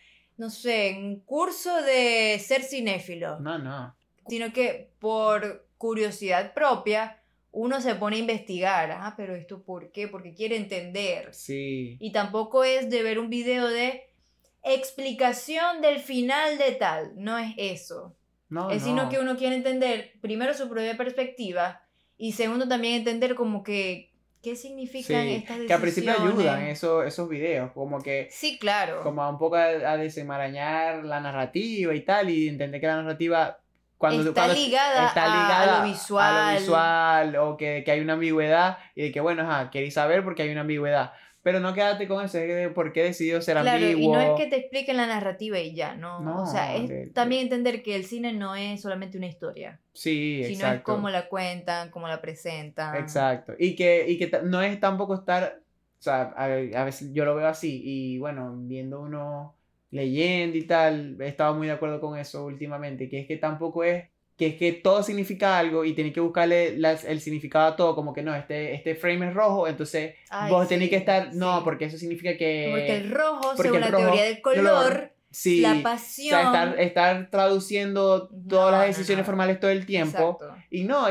en un curso de ser cinéfilo. No. Sino que por curiosidad propia uno se pone a investigar, pero esto ¿por qué? Porque quiere entender. Sí. Y tampoco es de ver un video de explicación del final de tal, no es eso. No, es sino no. que uno quiere entender, primero, su propia perspectiva, y segundo, también entender como que, ¿qué significan Sí, estas que al principio ayudan decisiones? esos videos, como que, Sí, claro. como a un poco a desenmarañar la narrativa y tal, y entender que la narrativa, Está cuando ligada está a lo ligada a lo visual. visual, o que hay una ambigüedad, y de que, bueno, ajá, queréis saber porque hay una ambigüedad, pero no quédate con eso, es de por qué decidió ser Claro, y no es que ambiguo, te expliquen la narrativa y ya, ¿no? O sea, no, es también entender que el cine no es solamente una historia, sí, sino es cómo exacto. la cuentan, cómo la presentan. Exacto. Y que no es tampoco estar, o sea, a veces yo lo veo así y bueno, viendo uno leyenda y tal, he estado muy de acuerdo con eso últimamente, que es que tampoco es que es que todo significa algo y tenéis que buscarle el significado a todo, como que no, este frame es rojo, entonces Ay, vos tenéis que sí, estar, no, sí. porque eso significa Porque el rojo, porque según el la teoría rojo, del color, color, es la sí, o sea, pasión. estar traduciendo todas las No, no, decisiones no. formales todo el tiempo Exacto. y no,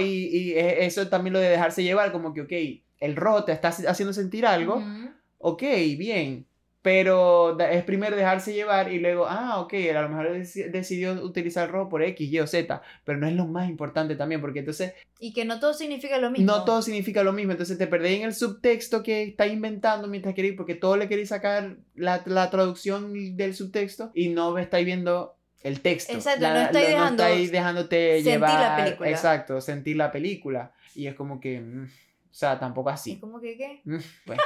eso también lo de dejarse llevar, como que, ok, el rojo te está haciendo sentir algo, Ujú. ok, bien, pero es primero dejarse llevar y luego, ok, a lo mejor decidió utilizar el rojo por X, Y o Z, pero no es lo más importante también, porque entonces Y que no todo significa lo no mismo. todo significa lo mismo, entonces te perdéis en el subtexto que está inventando mientras queréis, porque todo le queréis sacar la traducción del subtexto y no estáis viendo el texto, Exacto, no estáis no dejando estáis dejándote sentir la llevar, película. exacto, sentir la película. Y es como que, o sea, tampoco Es así. como que, ¿qué? Bueno.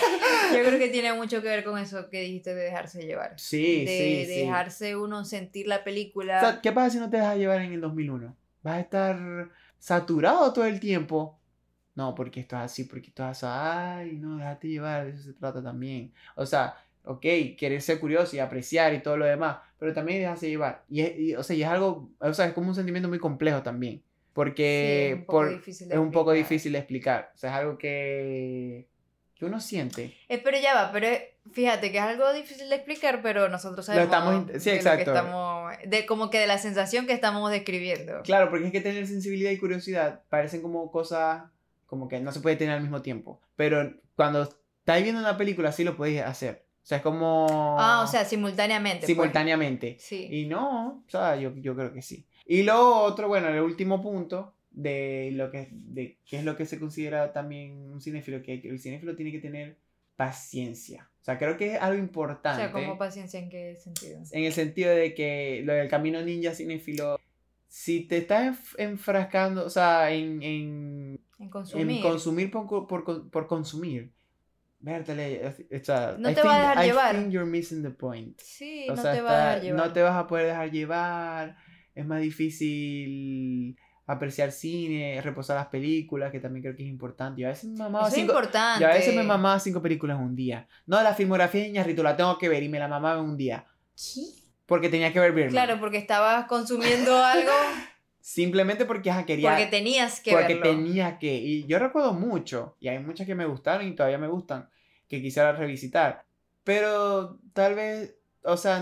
Yo creo que tiene mucho que ver con eso que dijiste de dejarse llevar. Sí, sí, De sí. dejarse uno sentir la O sea, película. ¿qué pasa si no te dejas llevar en el 2001? ¿Vas a estar saturado todo el tiempo? No, porque esto es así, porque esto es así. Ay, no, déjate llevar, de eso se trata también. O sea, ok, querer ser curioso y apreciar y todo lo demás, pero también dejarse llevar. O sea, y es algo, o sea, es como un sentimiento muy complejo también, Sí, es un porque poco difícil de es un poco explicar. difícil de explicar. O sea, es algo que uno siente. Pero ya va, pero fíjate que es algo difícil de explicar, pero nosotros Lo estamos, sabemos sí, de lo que exacto. estamos, de como que de la sensación que estamos describiendo. Claro, porque es que tener sensibilidad y curiosidad parecen como cosas como que no se puede tener al mismo tiempo. Pero cuando estáis viendo una película sí lo podéis hacer. O sea, es Ah, o como sea, simultáneamente, pues. simultáneamente. Sí. Y no, o sea, yo creo que sí. Y lo otro, bueno, el último punto de qué es lo que se considera también un cinéfilo, que el cinéfilo tiene que tener paciencia. O sea, creo que es algo O sea, como importante paciencia, ¿en qué sentido? en el sentido de que lo del camino ninja cinéfilo, si te estás enfrascando, o sea, En en consumir. consumir por consumir, vértale, o sea, No te va a dejar I think llevar. you're missing the point. Sí, O no sea, te va a dejar no llevar. te vas a poder dejar llevar, es más difícil apreciar cine, reposar las películas, que también creo que es importante. Eso es Yo a veces me importante. mamaba 5 películas en un día. No, la filmografía de Iñárritu la tengo que ver y me la mamaba en un día. ¿Qué? Porque tenía que ver Birdman. Claro, porque estabas consumiendo algo Simplemente porque porque quería, tenías que porque verlo. tenía que. Y yo recuerdo mucho, y hay muchas que me gustaron y todavía me gustan, que quisiera revisitar. Pero tal vez, o sea,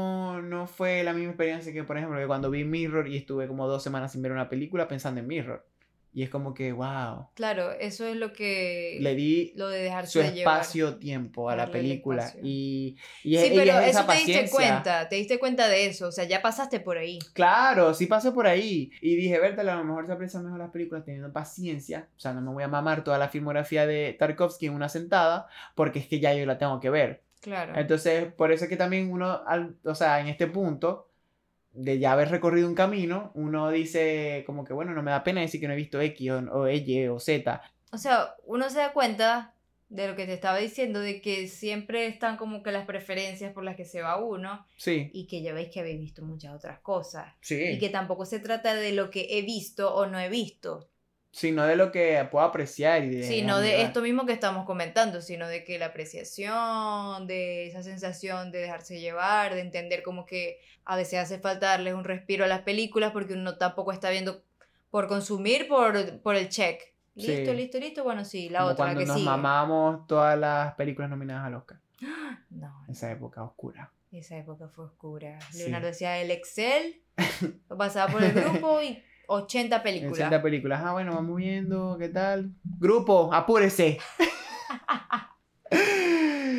no fue la misma experiencia que, por ejemplo, que cuando vi Mirror y estuve como 2 semanas sin ver una película pensando en Mirror. Y es como que, wow, Claro, eso es lo le que, di lo de dejarse su de llevar, espacio-tiempo a la darle el película. espacio. Sí, Y pero es esa eso paciencia. te diste cuenta de eso, o sea, ya pasaste por ahí. Claro, sí pasó por ahí. Y dije, Berta, a lo mejor se aprecian mejor las películas teniendo paciencia. O sea, no me voy a mamar toda la filmografía de Tarkovsky en una sentada, porque es que ya yo la tengo que ver. Claro. Entonces, por eso es que también uno, o sea, en este punto de ya haber recorrido un camino, uno dice como que, bueno, no me da pena decir que no he visto X o Y o Z. O sea, uno se da cuenta de lo que te estaba diciendo, de que siempre están como que las preferencias por las que se va uno Sí, y que ya veis que habéis visto muchas otras cosas. Y sí. que tampoco se trata de lo que he visto o no he visto, Sino de lo que puedo apreciar y de sino dejarme de llevar. esto mismo que estamos comentando, sino de que la apreciación, de esa sensación de dejarse llevar, de entender como que a veces hace falta darles un respiro a las películas porque uno tampoco está viendo por consumir por el check. Listo, Sí. listo, listo. Bueno, sí, la Como otra, la cuando que nos sigue. mamamos todas las películas nominadas al Oscar. No, Esa época oscura. esa época fue oscura. Leonardo Sí. decía el Excel, lo pasaba por el grupo y 80 En películas. 60 películas. Bueno, vamos viendo, ¿qué tal? Grupo, apúrese.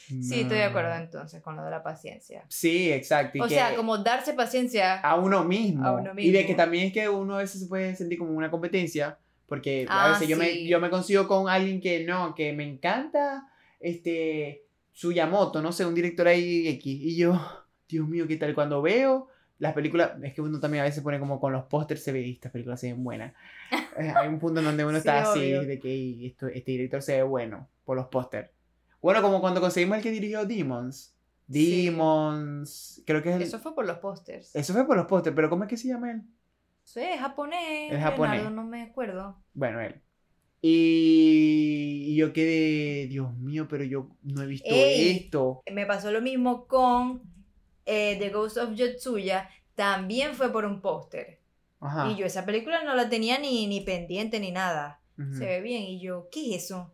Sí, estoy de acuerdo entonces con lo de la paciencia. Sí, exacto. Y o sea, como darse paciencia a uno mismo. A uno Y de mismo. que también es que uno a veces se puede sentir como una competencia, porque a Ah, veces sí. yo me consigo con alguien que me encanta, Tsuyamoto, no sé, un director ahí X, y yo, Dios mío, ¿qué tal? Cuando veo las películas, es que uno también a veces pone como con los pósters, se ve, estas películas se ven buenas. Hay un punto en donde uno Sí, está así, obvio. de que este director se ve bueno, por los pósters. Bueno, como cuando conseguimos el que dirigió Demons. Sí. Demons, creo que es el... Eso fue por los pósters. Eso fue por los pósters, pero ¿cómo es que se llama él? Sí, es japonés. Es japonés. Leonardo, no me acuerdo. Bueno, él. Y yo quedé, Dios mío, pero yo no he visto esto. Me pasó lo mismo con The Ghost of Yotsuya. También fue por un póster. Ajá. Y yo esa película no la tenía ni pendiente ni nada. Ujú. Se ve bien. Y yo, ¿qué es eso?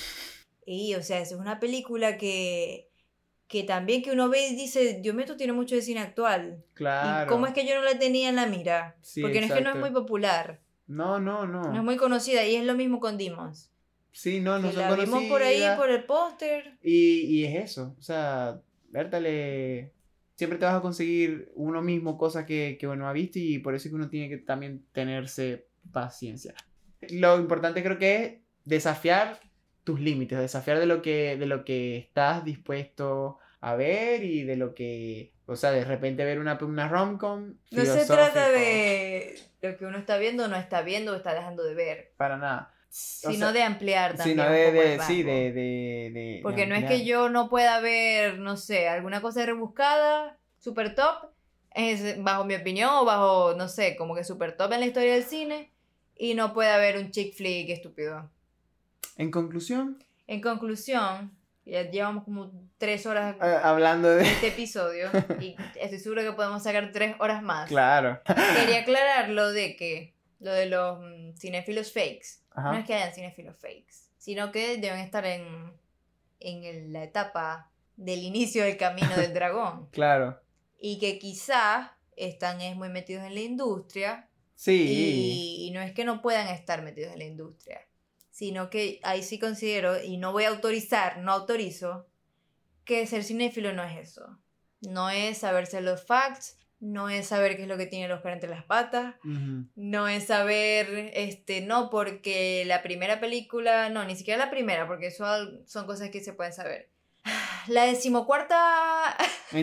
Y, o sea, esa es una película que también que uno ve y dice, Dios mío, esto tiene mucho de cine actual. Claro. ¿Y cómo es que yo no la tenía en la mira? Sí, porque no es que no es exacto. muy popular. No. No es muy conocida. Y es lo mismo con Demons. Sí, no Que son la vimos por ahí, conocidas. por el póster. Y es eso. O sea, Bertale, siempre te vas a conseguir uno mismo cosas que uno ha visto y por eso es que uno tiene que también tenerse paciencia. Lo importante creo que es desafiar tus límites, desafiar de lo que estás dispuesto a ver y de lo que, o sea, de repente ver una rom-com No se trata filosófico. de lo que uno está viendo o no está viendo o está dejando de ver. Para nada. Sino de ampliar también. Sino un poco el rango. sí, de Porque no es ampliar. que yo no pueda ver, no sé, alguna cosa rebuscada, super top, bajo mi opinión o bajo, no sé, como que super top en la historia del cine y no pueda ver un chick flick estúpido. En conclusión, En conclusión, ya llevamos como 3 horas hablando de... de este episodio y estoy seguro que podemos sacar 3 horas más. Claro. Quería aclarar lo de los cinéfilos fakes. Ajá. No es que hayan cinéfilos fakes, sino que deben estar en la etapa del inicio del camino del dragón. Claro. Y que quizás están muy metidos en la industria. Sí. Y no es que no puedan estar metidos en la industria, sino que ahí sí considero, y no voy a autorizar, no autorizo, que ser cinéfilo no es eso. No es saberse los facts, no es saber qué es lo que tiene el Oscar entre las patas, Uh-huh. no es saber, no porque la primera película, no, ni siquiera la primera, porque eso son cosas que se pueden saber. La 14ª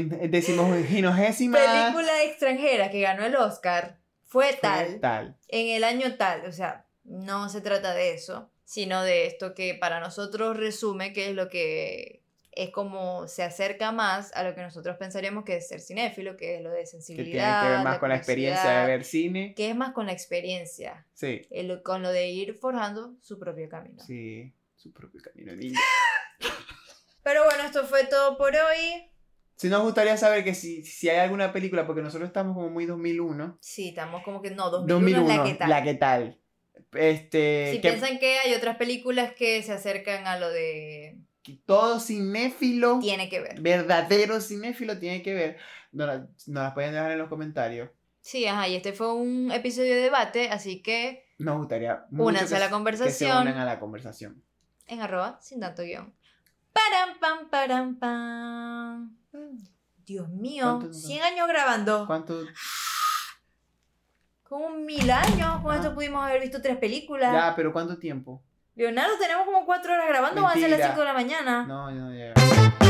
película extranjera que ganó el Oscar fue tal, en el año tal, o sea, no se trata de eso, sino de esto que para nosotros resume que es lo que es como se acerca más a lo que nosotros pensaríamos que es ser cinéfilo, que es lo de sensibilidad, que tiene que ver más con la experiencia de ver cine. Que es más con la experiencia. Sí. Con lo de ir forjando su propio camino. Sí, su propio camino, niña. Pero bueno, esto fue todo por hoy. Sí, nos gustaría saber que si hay alguna película, porque nosotros estamos como muy 2001. Sí, estamos como que no, 2001 es la que tal. Si piensan que hay otras películas que se acercan a lo de... Todo cinéfilo tiene que ver. Verdadero cinéfilo tiene que ver. Nos las pueden dejar en los comentarios. Sí, ajá, y este fue un episodio de debate, así que... Nos gustaría mucho únanse a la conversación. que se unan a la conversación. En @ sin tanto guión. Param, pam, param, pam. Dios mío, 100 años grabando. ¿Cuánto? Como 1000 años. Con esto pudimos haber visto 3 películas. Ya, pero ¿cuánto tiempo? Leonardo, tenemos como 4 horas grabando. Van a ser las 5 de la mañana. No llega.